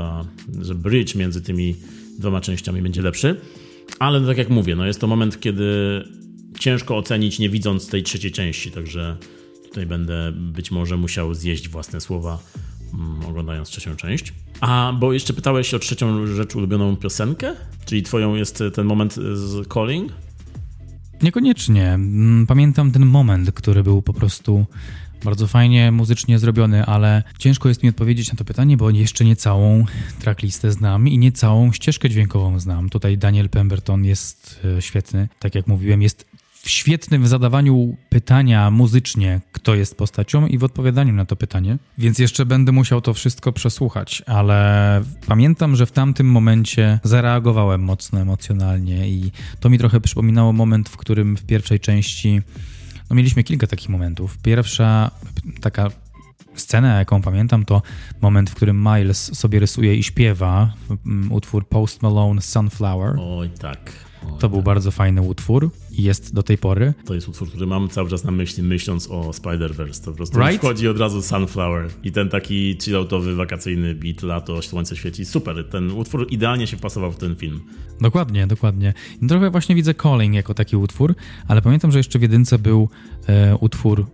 że bridge między tymi dwoma częściami będzie lepszy, ale no tak jak mówię, no jest to moment, kiedy ciężko ocenić, nie widząc tej trzeciej części, także tutaj będę być może musiał zjeść własne słowa, oglądając trzecią część. Bo jeszcze pytałeś o trzecią rzecz, ulubioną piosenkę? Czyli twoją jest ten moment z Calling? Niekoniecznie. Pamiętam ten moment, który był po prostu bardzo fajnie muzycznie zrobiony, ale ciężko jest mi odpowiedzieć na to pytanie, bo jeszcze nie całą tracklistę znam i nie całą ścieżkę dźwiękową znam. Tutaj Daniel Pemberton jest świetny. Tak jak mówiłem, jest świetny w zadawaniu pytania muzycznie, kto jest postacią, i w odpowiadaniu na to pytanie. Więc jeszcze będę musiał to wszystko przesłuchać, ale pamiętam, że w tamtym momencie zareagowałem mocno emocjonalnie i to mi trochę przypominało moment, w którym w pierwszej części mieliśmy kilka takich momentów. Pierwsza taka scena, jaką pamiętam, to moment, w którym Miles sobie rysuje i śpiewa utwór Post Malone Sunflower. Oj, tak. To był bardzo fajny utwór i jest do tej pory. To jest utwór, który mam cały czas na myśli, myśląc o Spider-Verse. To po prostu wchodzi od razu Sunflower i ten taki chilloutowy, wakacyjny beat, lato, słońce świeci. Super, ten utwór idealnie się wpasował w ten film. Dokładnie. I trochę właśnie widzę Calling jako taki utwór, ale pamiętam, że jeszcze w jedynce był utwór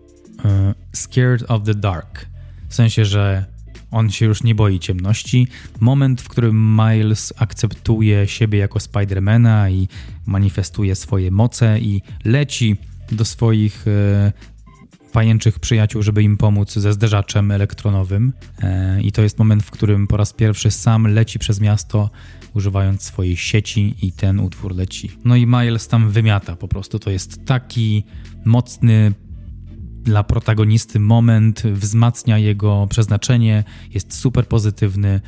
Scared of the Dark. W sensie, że on się już nie boi ciemności. Moment, w którym Miles akceptuje siebie jako Spidermana i manifestuje swoje moce i leci do swoich pajęczych przyjaciół, żeby im pomóc ze zderzaczem elektronowym. I to jest moment, w którym po raz pierwszy sam leci przez miasto, używając swojej sieci, i ten utwór leci. No i Miles tam wymiata po prostu. To jest taki mocny dla protagonisty moment, wzmacnia jego przeznaczenie, jest super pozytywny,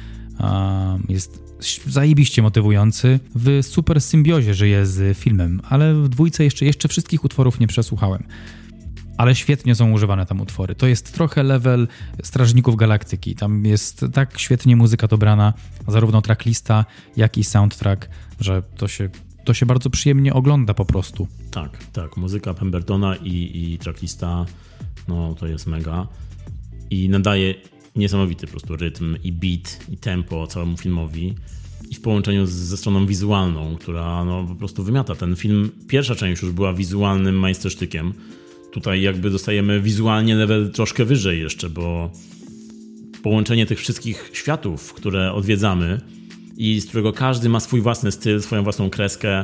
jest zajebiście motywujący, w super symbiozie żyje z filmem, ale w dwójce jeszcze wszystkich utworów nie przesłuchałem. Ale świetnie są używane tam utwory. To jest trochę level Strażników Galaktyki. Tam jest tak świetnie muzyka dobrana, zarówno tracklista, jak i soundtrack, że to się bardzo przyjemnie ogląda po prostu. Tak. Muzyka Pembertona i tracklista, no to jest mega. I nadaje niesamowity po prostu rytm i beat i tempo całemu filmowi. I w połączeniu ze stroną wizualną, która no po prostu wymiata. Ten film, pierwsza część już była wizualnym majstersztykiem. Tutaj jakby dostajemy wizualnie level troszkę wyżej jeszcze, bo połączenie tych wszystkich światów, które odwiedzamy i z którego każdy ma swój własny styl, swoją własną kreskę,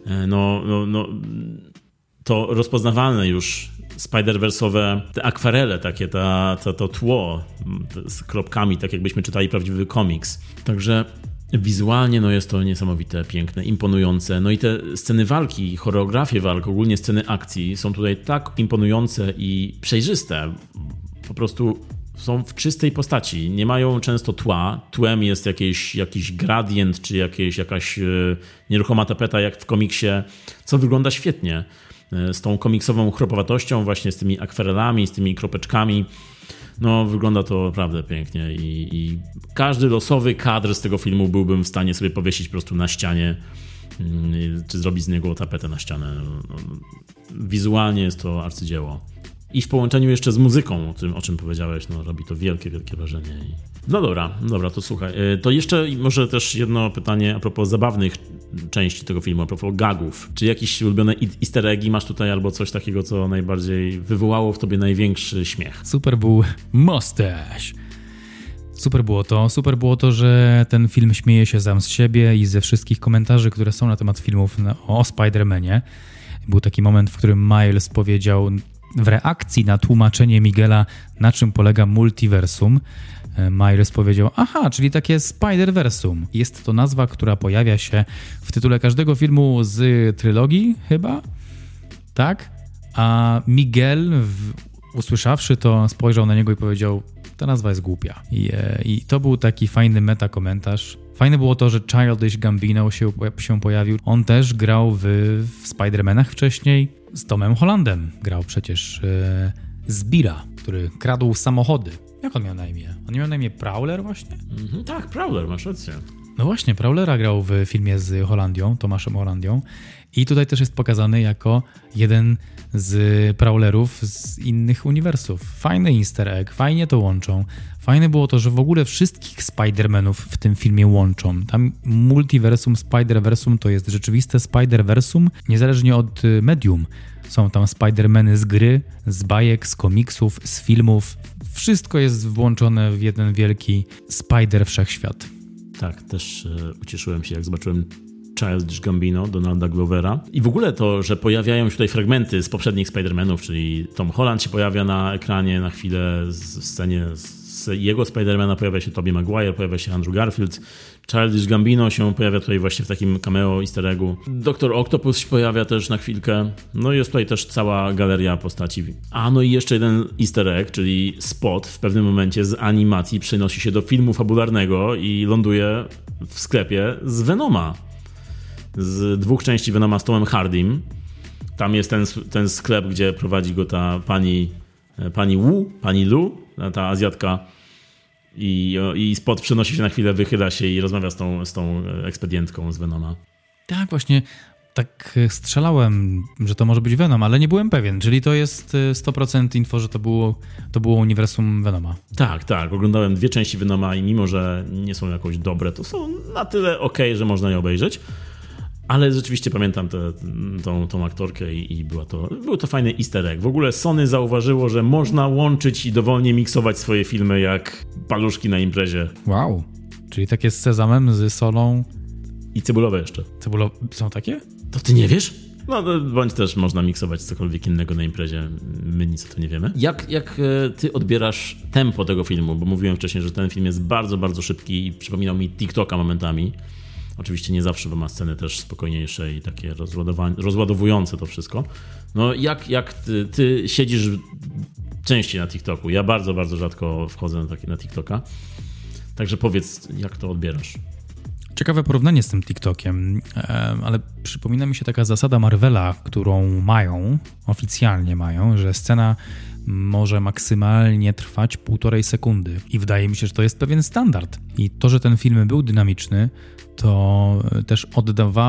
to rozpoznawalne już Spider-Verse'owe te akwarele, takie to tło z kropkami, tak jakbyśmy czytali prawdziwy komiks. Także wizualnie jest to niesamowite, piękne, imponujące. No i te sceny walki, choreografie walk, ogólnie sceny akcji są tutaj tak imponujące i przejrzyste. Po prostu są w czystej postaci. Nie mają często tła. Tłem jest jakiś gradient czy jakaś nieruchoma tapeta jak w komiksie, co wygląda świetnie. Z tą komiksową chropowatością, właśnie z tymi akwarelami, z tymi kropeczkami. Wygląda to naprawdę pięknie i każdy losowy kadr z tego filmu byłbym w stanie sobie powiesić po prostu na ścianie, czy zrobić z niego tapetę na ścianę. Wizualnie jest to arcydzieło. I w połączeniu jeszcze z muzyką, o czym powiedziałeś, robi to wielkie, wielkie wrażenie. No dobra, to słuchaj. To jeszcze może też jedno pytanie a propos zabawnych części tego filmu, a propos gagów. Czy jakieś ulubione easter eggi masz tutaj albo coś takiego, co najbardziej wywołało w tobie największy śmiech? Super był mustache. Super było to, że ten film śmieje się sam z siebie i ze wszystkich komentarzy, które są na temat filmów o Spider-Manie. Był taki moment, w którym Miles powiedział w reakcji na tłumaczenie Miguela, na czym polega multiversum. Miles powiedział, czyli takie Spider-Versum. Jest to nazwa, która pojawia się w tytule każdego filmu z trylogii chyba, tak? A Miguel, usłyszawszy to, spojrzał na niego i powiedział, ta nazwa jest głupia. I to był taki fajny meta-komentarz. Fajne było to, że Childish Gambino się pojawił. On też grał w Spider-Manach wcześniej. Z Tomem Hollandem grał przecież Zbira, który kradł samochody. Jak on miał na imię? On miał na imię Prowler właśnie? Tak, Prowler, masz rację. No właśnie, Prowlera grał w filmie z Hollandią, Tomaszem Hollandią. I tutaj też jest pokazany jako jeden z Prowlerów z innych uniwersów. Fajny easter egg, fajnie to łączą. Fajne było to, że w ogóle wszystkich Spider-Manów w tym filmie łączą. Tam multiversum, Spider-Versum to jest rzeczywiste Spider-Versum, niezależnie od medium. Są tam Spider-Many z gry, z bajek, z komiksów, z filmów. Wszystko jest włączone w jeden wielki Spider-Wszechświat. Tak, też ucieszyłem się, jak zobaczyłem Childish Gambino, Donalda Glovera. I w ogóle to, że pojawiają się tutaj fragmenty z poprzednich Spider-Manów, czyli Tom Holland się pojawia na ekranie na chwilę, w scenie z jego Spider-Mana pojawia się Tobey Maguire, pojawia się Andrew Garfield. Childish Gambino się pojawia tutaj właśnie w takim cameo easter eggu. Dr. Octopus się pojawia też na chwilkę. No i jest tutaj też cała galeria postaci. No i jeszcze jeden easter egg, czyli Spot w pewnym momencie z animacji przenosi się do filmu fabularnego i ląduje w sklepie z Venoma. Z 2 części Venoma z Tomem Hardym. Tam jest ten sklep, gdzie prowadzi go ta pani Lu, ta Azjatka. I Spot przenosi się na chwilę, wychyla się i rozmawia z tą ekspedientką z Venoma. Tak, właśnie tak strzelałem, że to może być Venom, ale nie byłem pewien. Czyli to jest 100% info, że to było uniwersum Venoma. Tak. Oglądałem 2 części Venoma i mimo, że nie są jakoś dobre, to są na tyle okej, że można je obejrzeć. Ale rzeczywiście pamiętam tą aktorkę i był to fajny easter egg. W ogóle Sony zauważyło, że można łączyć i dowolnie miksować swoje filmy jak paluszki na imprezie. Wow, czyli takie z sezamem, z solą. I cebulowe jeszcze. Są takie? To ty nie wiesz? Bądź też można miksować cokolwiek innego na imprezie. My nic o tym nie wiemy. Jak ty odbierasz tempo tego filmu? Bo mówiłem wcześniej, że ten film jest bardzo, bardzo szybki i przypominał mi TikToka momentami. Oczywiście nie zawsze, bo ma sceny też spokojniejsze i takie rozładowujące to wszystko. Jak ty siedzisz częściej na TikToku? Ja bardzo, bardzo rzadko wchodzę na TikToka. Także powiedz, jak to odbierasz? Ciekawe porównanie z tym TikTokiem, ale przypomina mi się taka zasada Marvela, którą oficjalnie mają, że scena może maksymalnie trwać 1,5 sekundy. I wydaje mi się, że to jest pewien standard. I to, że ten film był dynamiczny, to też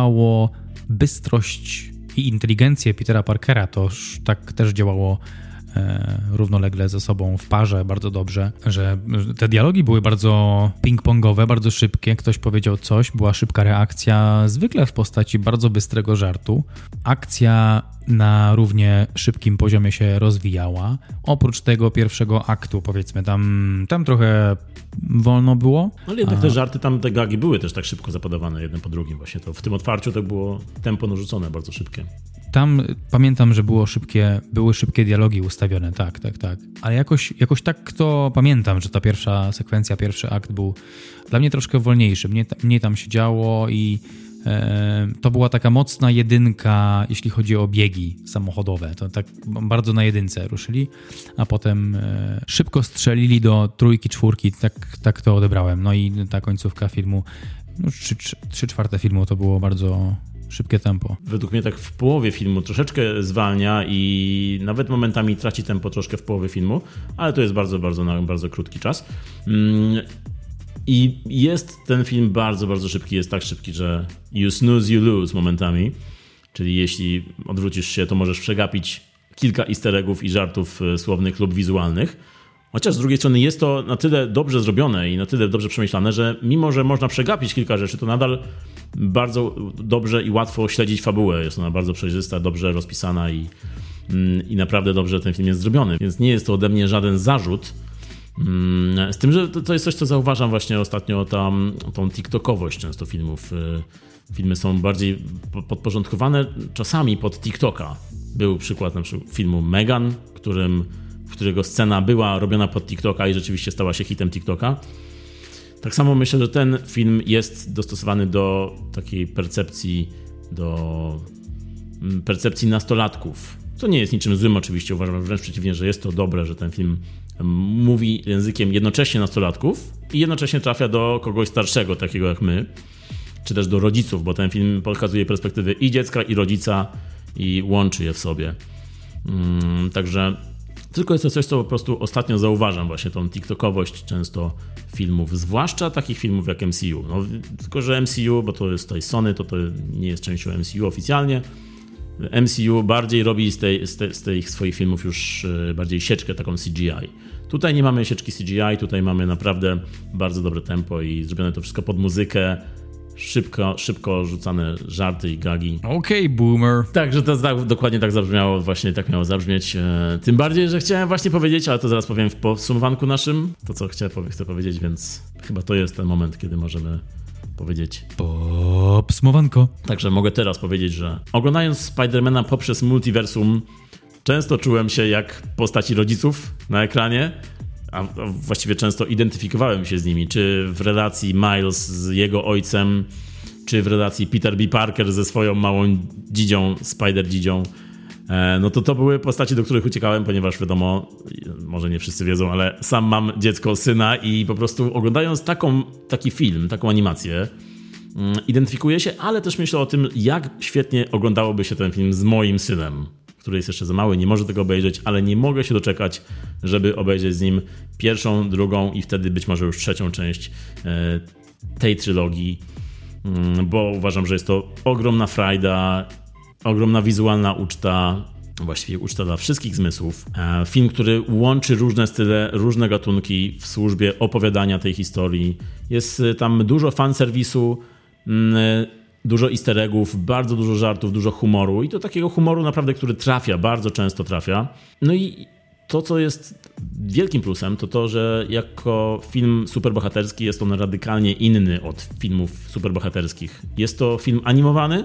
oddawało bystrość i inteligencję Petera Parkera. To tak też działało równolegle ze sobą w parze bardzo dobrze, że te dialogi były bardzo ping-pongowe, bardzo szybkie. Ktoś powiedział coś, była szybka reakcja, zwykle w postaci bardzo bystrego żartu. Akcja na równie szybkim poziomie się rozwijała. Oprócz tego pierwszego aktu, powiedzmy, tam trochę wolno było. Ale jednak te żarty, tam te gagi były też tak szybko zapodawane jeden po drugim. Właśnie to w tym otwarciu to było tempo narzucone bardzo szybkie. Tam pamiętam, że były szybkie dialogi ustawione, tak. Ale jakoś tak to pamiętam, że ta pierwsza sekwencja, pierwszy akt był dla mnie troszkę wolniejszy. Mniej tam się działo i to była taka mocna jedynka, jeśli chodzi o biegi samochodowe. To tak bardzo na jedynce ruszyli, a potem szybko strzelili do 3, 4. Tak to odebrałem. No i ta końcówka filmu, 3/4 filmu to było bardzo szybkie tempo. Według mnie tak w połowie filmu troszeczkę zwalnia i nawet momentami traci tempo troszkę w połowie filmu, ale to jest bardzo krótki czas. I jest ten film bardzo, bardzo szybki, jest tak szybki, że you snooze, you lose momentami, czyli jeśli odwrócisz się, to możesz przegapić kilka easter eggów i żartów słownych lub wizualnych. Chociaż z drugiej strony jest to na tyle dobrze zrobione i na tyle dobrze przemyślane, że mimo, że można przegapić kilka rzeczy, to nadal bardzo dobrze i łatwo śledzić fabułę. Jest ona bardzo przejrzysta, dobrze rozpisana i naprawdę dobrze ten film jest zrobiony. Więc nie jest to ode mnie żaden zarzut. Z tym, że to jest coś, co zauważam właśnie ostatnio, tą tiktokowość często filmów. Filmy są bardziej podporządkowane czasami pod TikToka. Był przykład na przykład filmu Megan, którego scena była robiona pod TikToka i rzeczywiście stała się hitem TikToka. Tak samo myślę, że ten film jest dostosowany do takiej percepcji nastolatków. Co nie jest niczym złym oczywiście, uważam wręcz przeciwnie, że jest to dobre, że ten film mówi językiem jednocześnie nastolatków i jednocześnie trafia do kogoś starszego, takiego jak my, czy też do rodziców, bo ten film pokazuje perspektywy i dziecka, i rodzica i łączy je w sobie. Także tylko jest to coś, co po prostu ostatnio zauważam, właśnie tą tiktokowość często filmów, zwłaszcza takich filmów jak MCU. No, tylko że MCU, bo to jest tutaj Sony, to nie jest częścią MCU oficjalnie. MCU bardziej robi z tych swoich filmów już bardziej sieczkę taką CGI. Tutaj nie mamy sieczki CGI, tutaj mamy naprawdę bardzo dobre tempo i zrobione to wszystko pod muzykę. Szybko rzucane żarty i gagi. Okej, boomer. Także to dokładnie tak zabrzmiało, właśnie tak miało zabrzmieć. Tym bardziej, że chciałem właśnie powiedzieć, ale to zaraz powiem w podsumowanku naszym, to co chcę powiedzieć, więc chyba to jest ten moment, kiedy możemy powiedzieć podsumowanko. Także mogę teraz powiedzieć, że oglądając Spidermana poprzez multiversum często czułem się jak postaci rodziców na ekranie, a właściwie często identyfikowałem się z nimi, czy w relacji Miles z jego ojcem, czy w relacji Peter B. Parker ze swoją małą dzidzią, Spider-dzidzią. No to były postaci, do których uciekałem, ponieważ wiadomo, może nie wszyscy wiedzą, ale sam mam dziecko, syna i po prostu oglądając taki film, taką animację, identyfikuję się, ale też myślę o tym, jak świetnie oglądałoby się ten film z moim synem, który jest jeszcze za mały, nie może tego obejrzeć, ale nie mogę się doczekać, żeby obejrzeć z nim pierwszą, drugą i wtedy być może już trzecią część tej trylogii, bo uważam, że jest to ogromna frajda, ogromna wizualna uczta, właściwie uczta dla wszystkich zmysłów. Film, który łączy różne style, różne gatunki w służbie opowiadania tej historii. Jest tam dużo fanserwisu, dużo easter eggów, bardzo dużo żartów, dużo humoru i to takiego humoru naprawdę, który trafia, bardzo często trafia. No i to, co jest wielkim plusem, to to, że jako film superbohaterski jest on radykalnie inny od filmów superbohaterskich. Jest to film animowany.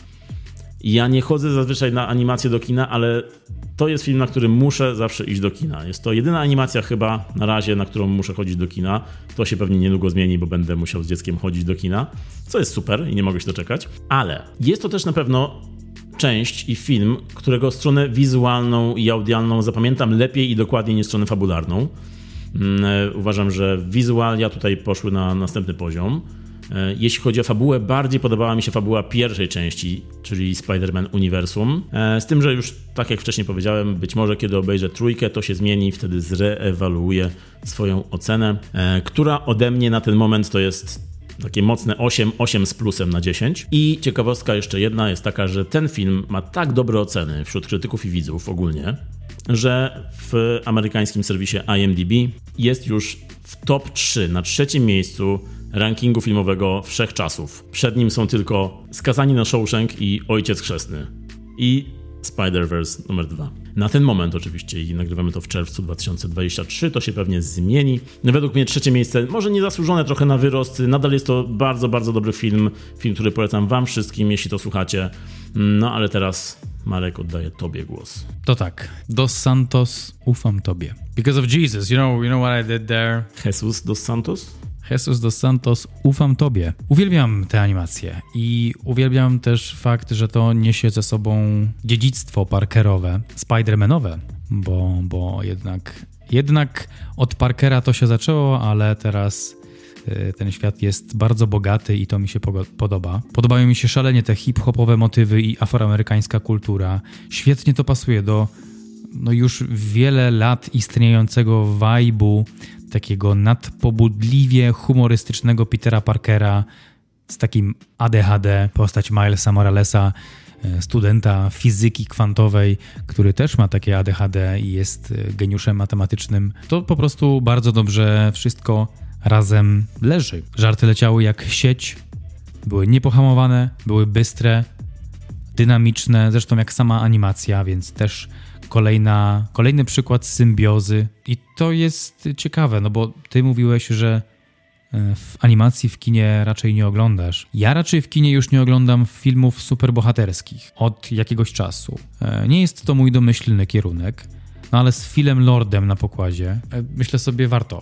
Ja nie chodzę zazwyczaj na animację do kina, ale to jest film, na który muszę zawsze iść do kina. Jest to jedyna animacja chyba na razie, na którą muszę chodzić do kina. To się pewnie niedługo zmieni, bo będę musiał z dzieckiem chodzić do kina, co jest super i nie mogę się doczekać. Ale jest to też na pewno część i film, którego stronę wizualną i audialną zapamiętam lepiej i dokładniej niż stronę fabularną. Uważam, że wizualia tutaj poszły na następny poziom. Jeśli chodzi o fabułę, bardziej podobała mi się fabuła pierwszej części, czyli Spider-Man Uniwersum. Z tym, że już tak jak wcześniej powiedziałem, być może kiedy obejrzę trójkę, to się zmieni, wtedy zreewaluuję swoją ocenę, która ode mnie na ten moment to jest takie mocne 8 z plusem na 10. I ciekawostka jeszcze jedna jest taka, że ten film ma tak dobre oceny wśród krytyków i widzów ogólnie, że w amerykańskim serwisie IMDb jest już w top 3, na 3. miejscu rankingu filmowego wszechczasów. Przed nim są tylko Skazani na Shawshank i Ojciec Chrzestny. I Spider-Verse numer 2. Na ten moment oczywiście i nagrywamy to w czerwcu 2023, to się pewnie zmieni. Według mnie 3. miejsce, może niezasłużone trochę na wyrost, nadal jest to bardzo, bardzo dobry film, który polecam wam wszystkim, jeśli to słuchacie. No ale teraz Marek, oddaję tobie głos. To tak, Dos Santos, ufam tobie. Because of Jesus, you know what I did there? Jesus Dos Santos? Jesus Dos Santos, ufam tobie. Uwielbiam te animacje i uwielbiam też fakt, że to niesie ze sobą dziedzictwo Parkerowe, Spider-Manowe, bo jednak od Parkera to się zaczęło, ale teraz ten świat jest bardzo bogaty i to mi się podoba. Podobają mi się szalenie te hip-hopowe motywy i afroamerykańska kultura. Świetnie to pasuje do już wiele lat istniejącego vibe'u takiego nadpobudliwie humorystycznego Petera Parkera z takim ADHD, postać Milesa Moralesa, studenta fizyki kwantowej, który też ma takie ADHD i jest geniuszem matematycznym. To po prostu bardzo dobrze wszystko razem leży. Żarty leciały jak sieć, były niepohamowane, były bystre, dynamiczne, zresztą jak sama animacja, więc też kolejny przykład symbiozy. I to jest ciekawe, no bo ty mówiłeś, że w animacji w kinie raczej nie oglądasz. Ja raczej w kinie już nie oglądam filmów superbohaterskich od jakiegoś czasu. Nie jest to mój domyślny kierunek, no ale z Philem Lordem na pokładzie myślę sobie warto.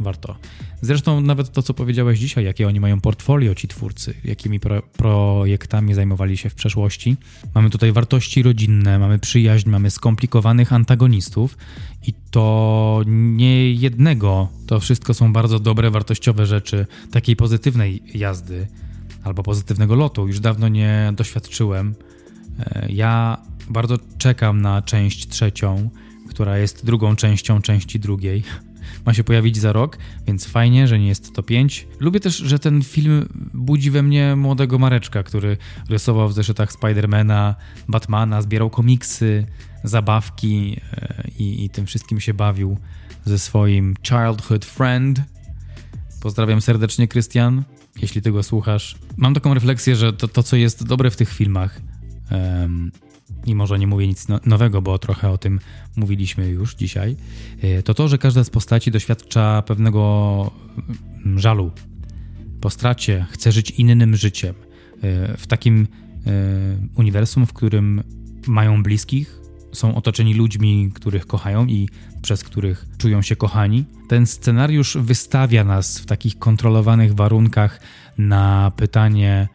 Zresztą nawet to, co powiedziałeś dzisiaj, jakie oni mają portfolio, ci twórcy, jakimi projektami zajmowali się w przeszłości. Mamy tutaj wartości rodzinne, mamy przyjaźń, mamy skomplikowanych antagonistów i to nie jednego. To wszystko są bardzo dobre, wartościowe rzeczy takiej pozytywnej jazdy albo pozytywnego lotu. Już dawno nie doświadczyłem. Ja bardzo czekam na część 3, która jest drugą częścią części 2. Ma się pojawić za rok, więc fajnie, że nie jest to 5. Lubię też, że ten film budzi we mnie młodego Mareczka, który rysował w zeszytach Spidermana, Batmana, zbierał komiksy, zabawki i tym wszystkim się bawił ze swoim childhood friend. Pozdrawiam serdecznie, Krystian, jeśli ty go słuchasz. Mam taką refleksję, że to co jest dobre w tych filmach, i może nie mówię nic nowego, bo trochę o tym mówiliśmy już dzisiaj, to, że każda z postaci doświadcza pewnego żalu po stracie, chce żyć innym życiem. W takim uniwersum, w którym mają bliskich, są otoczeni ludźmi, których kochają i przez których czują się kochani. Ten scenariusz wystawia nas w takich kontrolowanych warunkach na pytanie,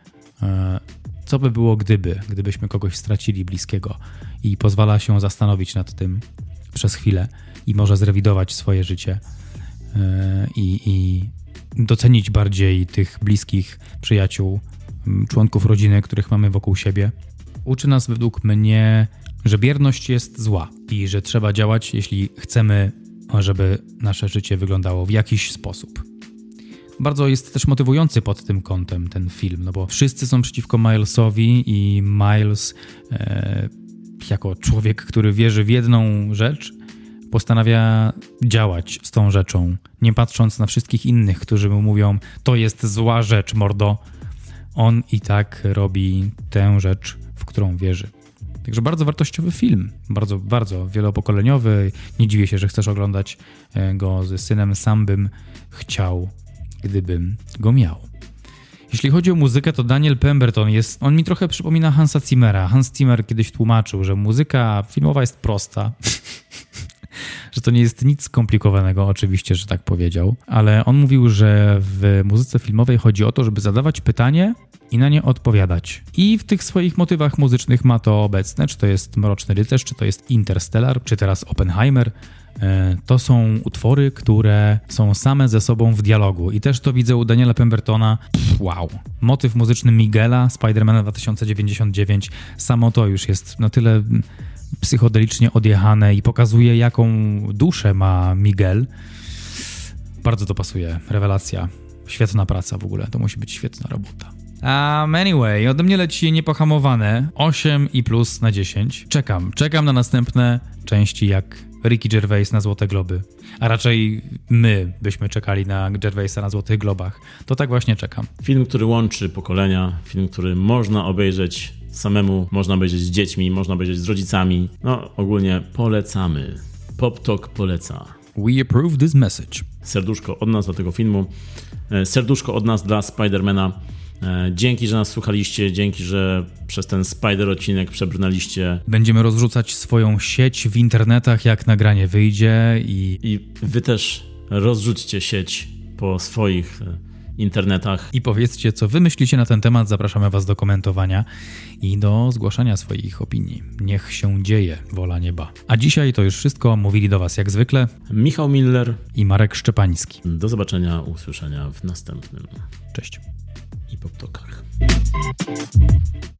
co by było gdybyśmy kogoś stracili bliskiego, i pozwala się zastanowić nad tym przez chwilę i może zrewidować swoje życie i docenić bardziej tych bliskich przyjaciół, członków rodziny, których mamy wokół siebie. Uczy nas według mnie, że bierność jest zła i że trzeba działać, jeśli chcemy, żeby nasze życie wyglądało w jakiś sposób. Bardzo jest też motywujący pod tym kątem ten film, no bo wszyscy są przeciwko Milesowi i Miles jako człowiek, który wierzy w jedną rzecz, postanawia działać z tą rzeczą, nie patrząc na wszystkich innych, którzy mu mówią, to jest zła rzecz, mordo. On i tak robi tę rzecz, w którą wierzy. Także bardzo wartościowy film, bardzo, bardzo wielopokoleniowy. Nie dziwię się, że chcesz oglądać go ze synem, sam bym chciał, gdybym go miał. Jeśli chodzi o muzykę, to Daniel Pemberton on mi trochę przypomina Hansa Zimmera. Hans Zimmer kiedyś tłumaczył, że muzyka filmowa jest prosta, że to nie jest nic skomplikowanego, oczywiście, że tak powiedział, ale on mówił, że w muzyce filmowej chodzi o to, żeby zadawać pytanie i na nie odpowiadać. I w tych swoich motywach muzycznych ma to obecne, czy to jest Mroczny Rycerz, czy to jest Interstellar, czy teraz Oppenheimer. To są utwory, które są same ze sobą w dialogu. I też to widzę u Daniela Pembertona. Wow. Motyw muzyczny Miguela, Spidermana 2099, samo to już jest na tyle psychodelicznie odjechane i pokazuje, jaką duszę ma Miguel. Bardzo to pasuje. Rewelacja. Świetna praca w ogóle, to musi być świetna robota. Anyway, ode mnie leci niepohamowane 8,5 na 10. Czekam na następne części jak Ricky Gervais na Złote Globy. A raczej my byśmy czekali na Gervaisa na Złotych Globach. To tak właśnie czekam. Film, który łączy pokolenia, film, który można obejrzeć samemu, można obejrzeć z dziećmi, można obejrzeć z rodzicami. No, ogólnie polecamy. PopTok poleca. We approve this message. Serduszko od nas dla tego filmu. Serduszko od nas dla Spidermana. Dzięki, że nas słuchaliście, dzięki, że przez ten Spider odcinek przebrnęliście. Będziemy rozrzucać swoją sieć w internetach, jak nagranie wyjdzie i wy też rozrzućcie sieć po swoich internetach. I powiedzcie, co wy myślicie na ten temat. Zapraszamy was do komentowania i do zgłaszania swoich opinii. Niech się dzieje, wola nieba. A dzisiaj to już wszystko. Mówili do was jak zwykle Michał Miller i Marek Szczepański. Do zobaczenia, usłyszenia w następnym. Cześć. I PopTokach.